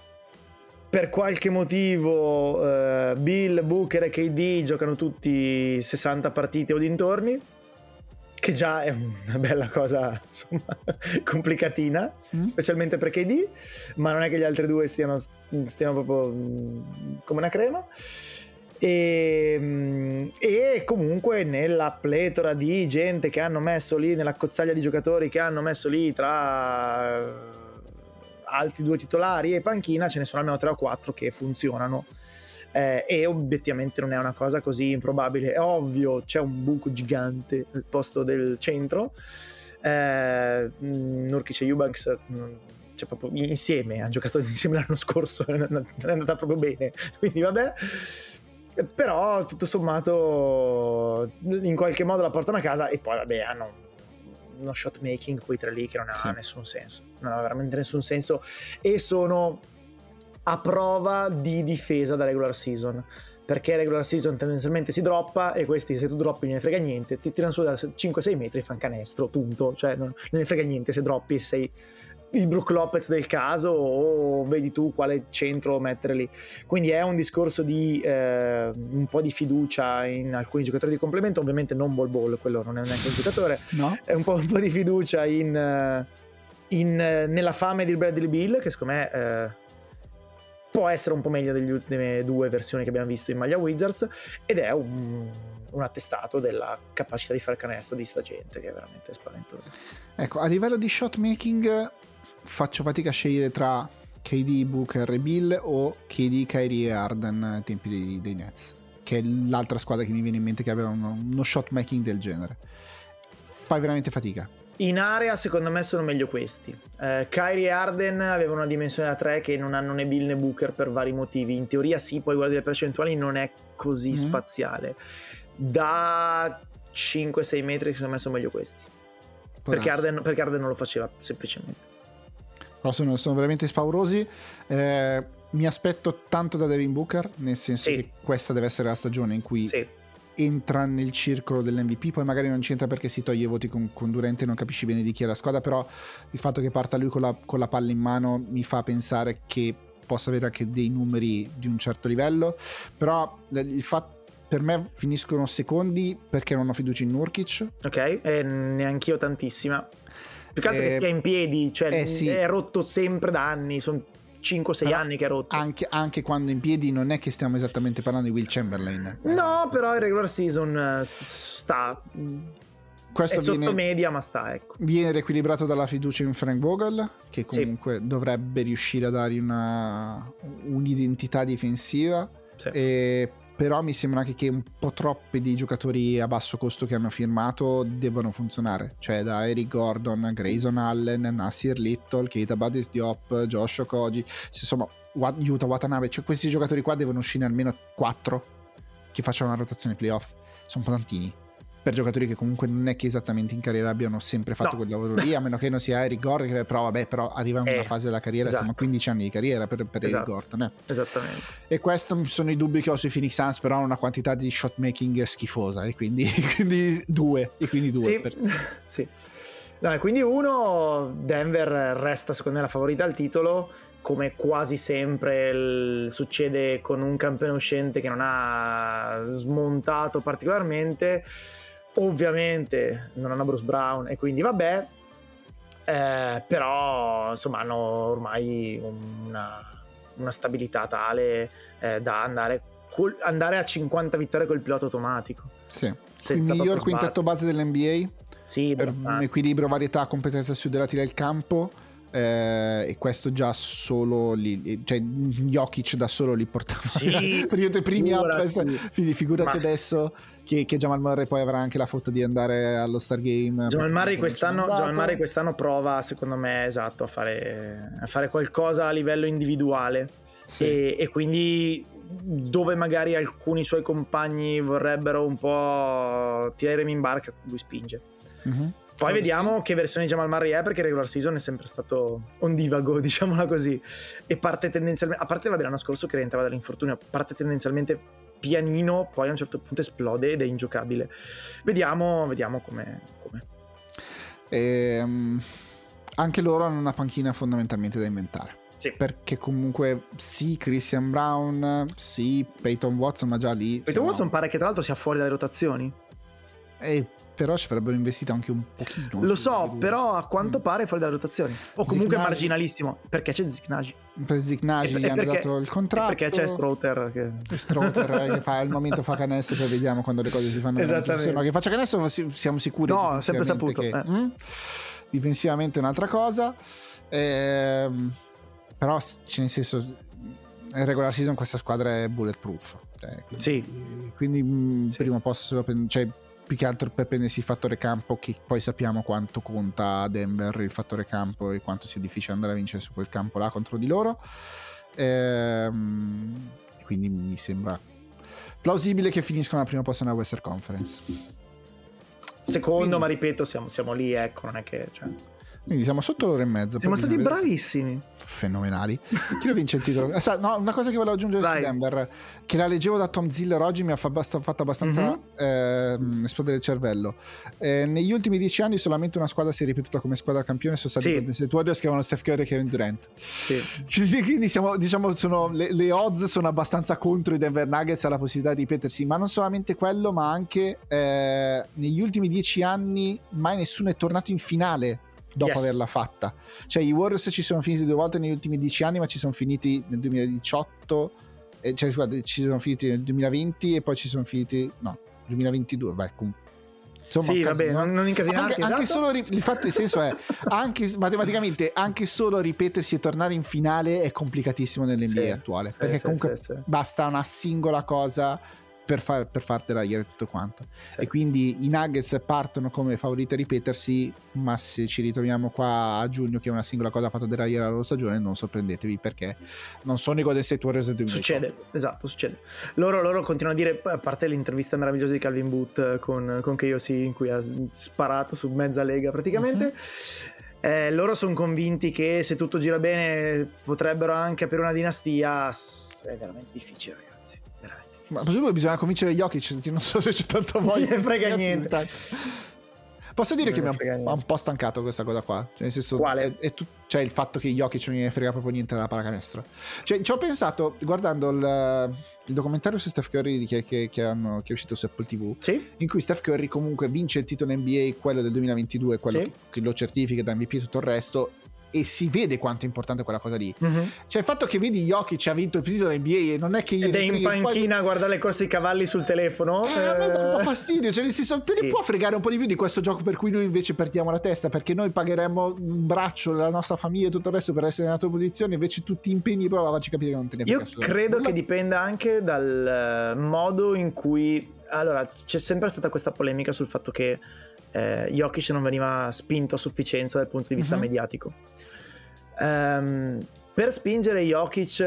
Per qualche motivo eh, Bill, Booker e K D giocano tutti sessanta partite o dintorni. che già è una bella cosa, insomma, complicatina, mm. specialmente per K D, ma non è che gli altri due stiano, stiano proprio come una crema. E, e comunque nella pletora di gente che hanno messo lì, nella cozzaglia di giocatori che hanno messo lì tra altri due titolari e panchina, ce ne sono almeno tre o quattro che funzionano. Eh, e obiettivamente non è una cosa così improbabile. È ovvio, c'è un buco gigante al posto del centro. eh, Nurkic e Eubanks, cioè proprio insieme, hanno giocato insieme l'anno scorso, non è andata proprio bene, quindi vabbè. Però tutto sommato in qualche modo la portano a casa. E poi vabbè, hanno uno shot making quei tre lì che non ha sì. nessun senso, non ha veramente nessun senso, e sono a prova di difesa da regular season, perché regular season tendenzialmente si droppa, e questi, se tu droppi non ne frega niente, ti tirano su da cinque sei metri e fan canestro, punto. Cioè non, non ne frega niente se droppi, se sei il Brook Lopez del caso, o vedi tu quale centro mettere lì. Quindi è un discorso di eh, un po' di fiducia in alcuni giocatori di complemento, ovviamente non Bol Bol, quello non è neanche un giocatore, no. È un po', un po' di fiducia in, in, nella fame di Bradley Beal, che secondo me eh, può essere un po' meglio delle ultime due versioni che abbiamo visto in maglia Wizards, ed è un, un attestato della capacità di far canestro di sta gente, che è veramente spaventosa. Ecco, a livello di shot making faccio fatica a scegliere tra K D, Booker e Bill o K D, Kyrie e Harden ai tempi dei, dei Nets, che è l'altra squadra che mi viene in mente che aveva uno, uno shot making del genere. Fai veramente fatica. In area secondo me sono meglio questi. eh, Kyrie e Harden avevano una dimensione da tre che non hanno né Bill né Booker per vari motivi. In teoria sì, poi guardi le percentuali, non è così mm. spaziale. Da cinque sei metri secondo me sono meglio questi, perché Harden, perché Harden non lo faceva semplicemente. Però sono, sono veramente spaurosi. eh, Mi aspetto tanto da Devin Booker, nel senso sì. che questa deve essere la stagione in cui sì. entra nel circolo dell'M V P. Poi magari non c'entra perché si toglie voti con, con Durant e non capisci bene di chi è la squadra, però il fatto che parta lui con la, con la palla in mano mi fa pensare che possa avere anche dei numeri di un certo livello. Però il fatto, per me finiscono secondi perché non ho fiducia in Nurkic. Ok, e neanch'io tantissima. Più che altro eh, che stia in piedi, cioè eh sì. è rotto sempre da anni, sono cinque sei anni che è rotto. Anche, anche quando in piedi non è che stiamo esattamente parlando di Will Chamberlain. No, però il regular season sta... Questo è viene, sotto media, ma sta, ecco. Viene riequilibrato dalla fiducia in Frank Vogel, che comunque sì. dovrebbe riuscire a dargli una, un'identità difensiva. Sì. E però mi sembra anche che un po' troppi dei giocatori a basso costo che hanno firmato devono funzionare, cioè da Eric Gordon, Grayson Allen, Nasir Little, Keita Bates-Diop, Josh Okogie, insomma Yuta Watanabe, cioè questi giocatori qua devono uscire almeno quattro che facciano una rotazione playoff. Sono un po' tantini per giocatori che comunque non è che esattamente in carriera abbiano sempre fatto no. quel lavoro lì, a meno che non sia Eric Gordon, che però vabbè, però arriva in una eh, fase della carriera, esatto. sono quindici anni di carriera per, per esatto. Eric Gordon. Eh. Esattamente. E questi sono i dubbi che ho sui Phoenix Suns, però hanno una quantità di shot making schifosa, e quindi, quindi due, e quindi due. Sì, per... sì. No, e quindi uno, Denver resta secondo me la favorita al titolo, come quasi sempre il, succede con un campione uscente che non ha smontato particolarmente. Ovviamente non hanno Bruce Brown e quindi vabbè, eh, però insomma hanno ormai una, una stabilità tale eh, da andare, col, andare a cinquanta vittorie col pilota automatico. Sì, il miglior quintetto base dell'N B A, sì, per un equilibrio, varietà, competenza sui due lati del campo. Eh, e questo già solo lì, cioè Jokic da solo li portava sì, per i primi up, sì. figurati Ma... adesso che, che Jamal Murray poi avrà anche la foto di andare allo Star Game. Jamal Murray quest'anno, Jamal Murray quest'anno prova secondo me esatto a fare, a fare qualcosa a livello individuale, sì. e, e quindi dove magari alcuni suoi compagni vorrebbero un po' tirarmi in barca, lui spinge. Mm-hmm. Poi oh, vediamo sì. che versione di Jamal Murray è, perché regular season è sempre stato ondivago, diciamola così, e parte tendenzialmente, a parte vabbè l'anno scorso che rientrava dall'infortunio, parte tendenzialmente pianino, poi a un certo punto esplode ed è ingiocabile. Vediamo, vediamo come. Ehm, anche loro hanno una panchina fondamentalmente da inventare. Sì. Perché comunque sì, Christian Brown, sì, Peyton Watson, ma già lì Peyton Watson no. pare che tra l'altro sia fuori dalle rotazioni. E però ci avrebbero investito anche un pochino. Lo so, però a quanto pare è fuori dalle rotazioni. O comunque Zignagi. marginalissimo. Perché c'è Zignagi. Per Zignagi E- gli e hanno perché- dato il contratto. Perché c'è Strother che... E Strother eh, che fa al momento fa canestro, poi vediamo quando le cose si fanno. Esattamente. No, che faccia canestro si- siamo sicuri. No, sempre saputo, difensivamente eh. che- mm? Difensivamente è un'altra cosa. Ehm, però c- nel senso in regular season questa squadra è bulletproof. Cioè, quindi, Sì. quindi mh, Sì. prima posso solo pen- cioè, più che altro per prendersi il fattore campo, che poi sappiamo quanto conta a Denver il fattore campo e quanto sia difficile andare a vincere su quel campo là contro di loro. Ehm, quindi mi sembra plausibile che finiscono al primo posto nella Western Conference. Secondo, Quindi- ma ripeto, siamo, siamo lì, ecco, non è che... Cioè... Quindi siamo sotto l'ora e mezza. Siamo poi stati bisogna vedere- bravissimi. Fenomenali. Chi lo vince il titolo? Ah, sa- no, una cosa che volevo aggiungere Vai. su Denver, che la leggevo da Tom Ziller oggi, mi ha fa abbast- fatto abbastanza ehm, esplodere il cervello. Eh, negli ultimi dieci anni solamente una squadra si è ripetuta come squadra campione, sono stati Sì. i Golden State Warriors, che avevano Steph Curry e Kevin Durant. Sì. Quindi quindi siamo, diciamo, sono, le, le odds sono abbastanza contro i Denver Nuggets alla possibilità di ripetersi, ma non solamente quello, ma anche eh, negli ultimi dieci anni mai nessuno è tornato in finale dopo Yes. averla fatta. Cioè i Warriors ci sono finiti due volte negli ultimi dieci anni, ma ci sono finiti nel duemiladiciotto, eh, cioè guarda, ci sono finiti nel duemilaventi e poi ci sono finiti no, duemilaventidue, beh, comunque. Insomma, Sì, un vabbè, casino. non, non incasinarti, anche, anche esatto. solo ri- il fatto, il senso è anche matematicamente anche solo ripetersi e tornare in finale è complicatissimo nell'N B A Sì, attuale, sì, perché sì, comunque sì, sì. basta una singola cosa per, far, per far deragliare tutto quanto. Sì. E quindi i Nuggets partono come favoriti a ripetersi, ma se ci ritroviamo qua a giugno che una singola cosa ha fatto deragliare la loro stagione, non sorprendetevi, perché non sono i Golden State Warriors del duemiladiciotto. Succede, esatto, succede. Loro, loro continuano a dire, a parte l'intervista meravigliosa di Calvin Booth con, con K O C in cui ha sparato su mezza lega praticamente, eh, loro sono convinti che se tutto gira bene potrebbero anche aprire una dinastia. È veramente difficile, ragazzi, veramente. Ma presumo che bisogna convincere Jokic, che non so se c'è tanta voglia. Non frega Ragazzi, niente. dai. Posso dire Non che mi ne ha frega ha niente. un po' stancato questa cosa qua. Cioè, nel senso, Quale? È, è tu- cioè il fatto che Jokic non gliene frega proprio niente della pallacanestro. Cioè, ci ho pensato guardando il, il documentario su Steph Curry che, che, che, hanno, che è uscito su Apple tivù, Sì? in cui Steph Curry comunque vince il titolo N B A, quello del duemilaventidue, quello Sì. che, che lo certifica da M V P e tutto il resto, e si vede quanto è importante quella cosa lì. Mhm. Cioè il fatto che vedi Jokic ha vinto il titolo N B A e non è che io Ed è in panchina a guardare le corse di cavalli sul telefono. eh, a me dà un po' eh, fastidio, cioè nel senso te Sì. ne può fregare un po' di più di questo gioco per cui noi invece perdiamo la testa, perché noi pagheremmo un braccio, la nostra famiglia e tutto il resto per essere nella tua posizione, invece tutti ti impegni proprio a farci capire che non te ne frega Io assolutamente credo nulla. che dipenda anche dal eh, modo in cui... Allora, c'è sempre stata questa polemica sul fatto che eh, Jokic non veniva spinto a sufficienza dal punto di vista Mhm. mediatico. Ehm, per spingere Jokic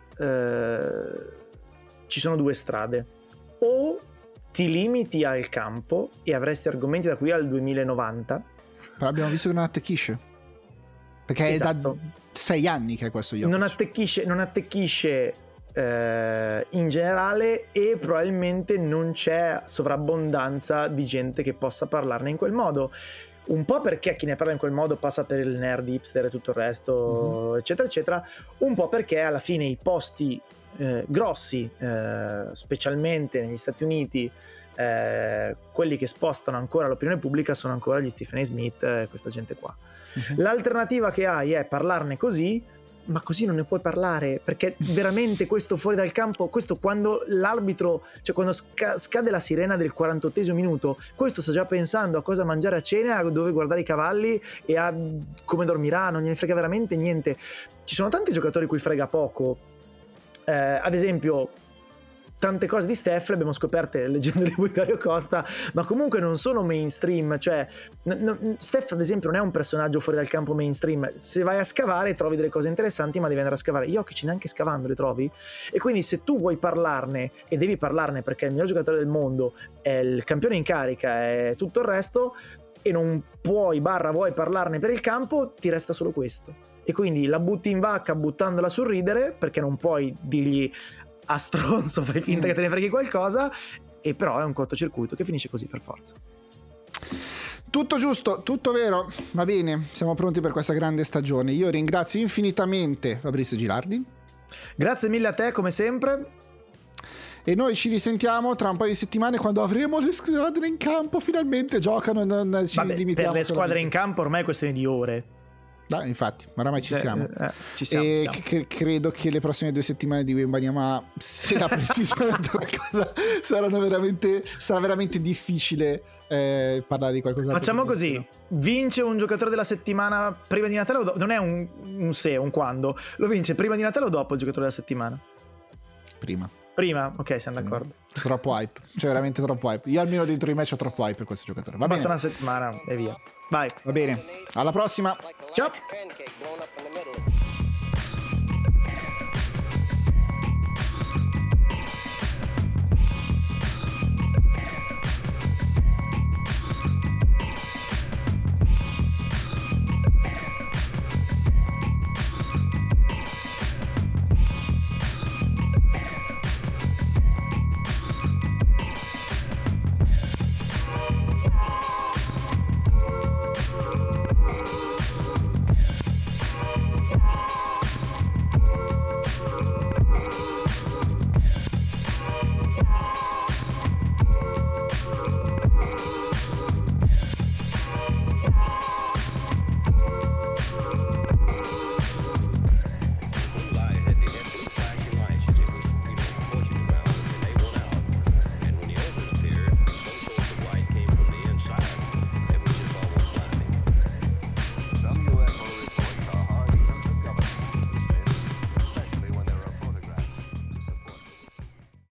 eh, ci sono due strade. O ti limiti al campo e avresti argomenti da qui al duemilanovanta. Però abbiamo visto che non attecchisce, perché Esatto. è da sei anni che è questo Jokic. Non attecchisce, non attecchisce eh, in generale, e probabilmente non c'è sovrabbondanza di gente che possa parlarne in quel modo. Un po' perché chi ne parla in quel modo passa per il nerd hipster e tutto il resto, Mhm. eccetera, eccetera. Un po' perché alla fine i posti eh, grossi, eh, specialmente negli Stati Uniti, eh, quelli che spostano ancora l'opinione pubblica sono ancora gli Stephen A. Smith e questa gente qua. Mhm. L'alternativa che hai è parlarne così, ma così non ne puoi parlare, perché veramente questo fuori dal campo, questo quando l'arbitro, cioè quando sca- scade la sirena del quarantottesimo minuto, questo sta già pensando a cosa mangiare a cena, a dove guardare i cavalli e a come dormirà, non gliene frega veramente niente. Ci sono tanti giocatori cui frega poco, eh, ad esempio tante cose di Steph le abbiamo scoperte leggendo di Dario Costa, ma comunque non sono mainstream. Cioè n- n- Steph ad esempio non è un personaggio fuori dal campo mainstream. Se vai a scavare trovi delle cose interessanti, ma devi andare a scavare. Jokic neanche scavando le trovi, e quindi se tu vuoi parlarne, e devi parlarne perché è il miglior giocatore del mondo, è il campione in carica, è tutto il resto, e non puoi barra vuoi parlarne per il campo, ti resta solo questo. E quindi la butti in vacca buttandola sul ridere, perché non puoi dirgli a stronzo, fai finta che te ne freghi qualcosa, e però è un cortocircuito che finisce così per forza. Tutto giusto, tutto vero, va bene, siamo pronti per questa grande stagione. Io ringrazio infinitamente Fabrizio Gilardi. Grazie mille a te come sempre. E noi ci risentiamo tra un paio di settimane quando avremo le squadre in campo, finalmente giocano e non ci Vabbè, limitiamo. per le squadre solamente. in campo ormai è questione di ore. Dai, infatti, oramai ci Eh, siamo. eh, ci siamo, e siamo. c- credo che le prossime due settimane di Wembanyama, se la precisamente qualcosa, saranno veramente, sarà veramente difficile eh, parlare di qualcosa. Facciamo così: vince un giocatore della settimana prima di Natale o dopo? Non è un, un se, un quando. Lo vince prima di Natale o dopo il giocatore della settimana? Prima. Prima? Ok, siamo d'accordo. Troppo hype, cioè veramente troppo hype. Io almeno dentro i match ho troppo hype per questo giocatore. Va Basta bene. una settimana e via. Vai. Va bene. Alla prossima. Like a Ciao. large pancake blown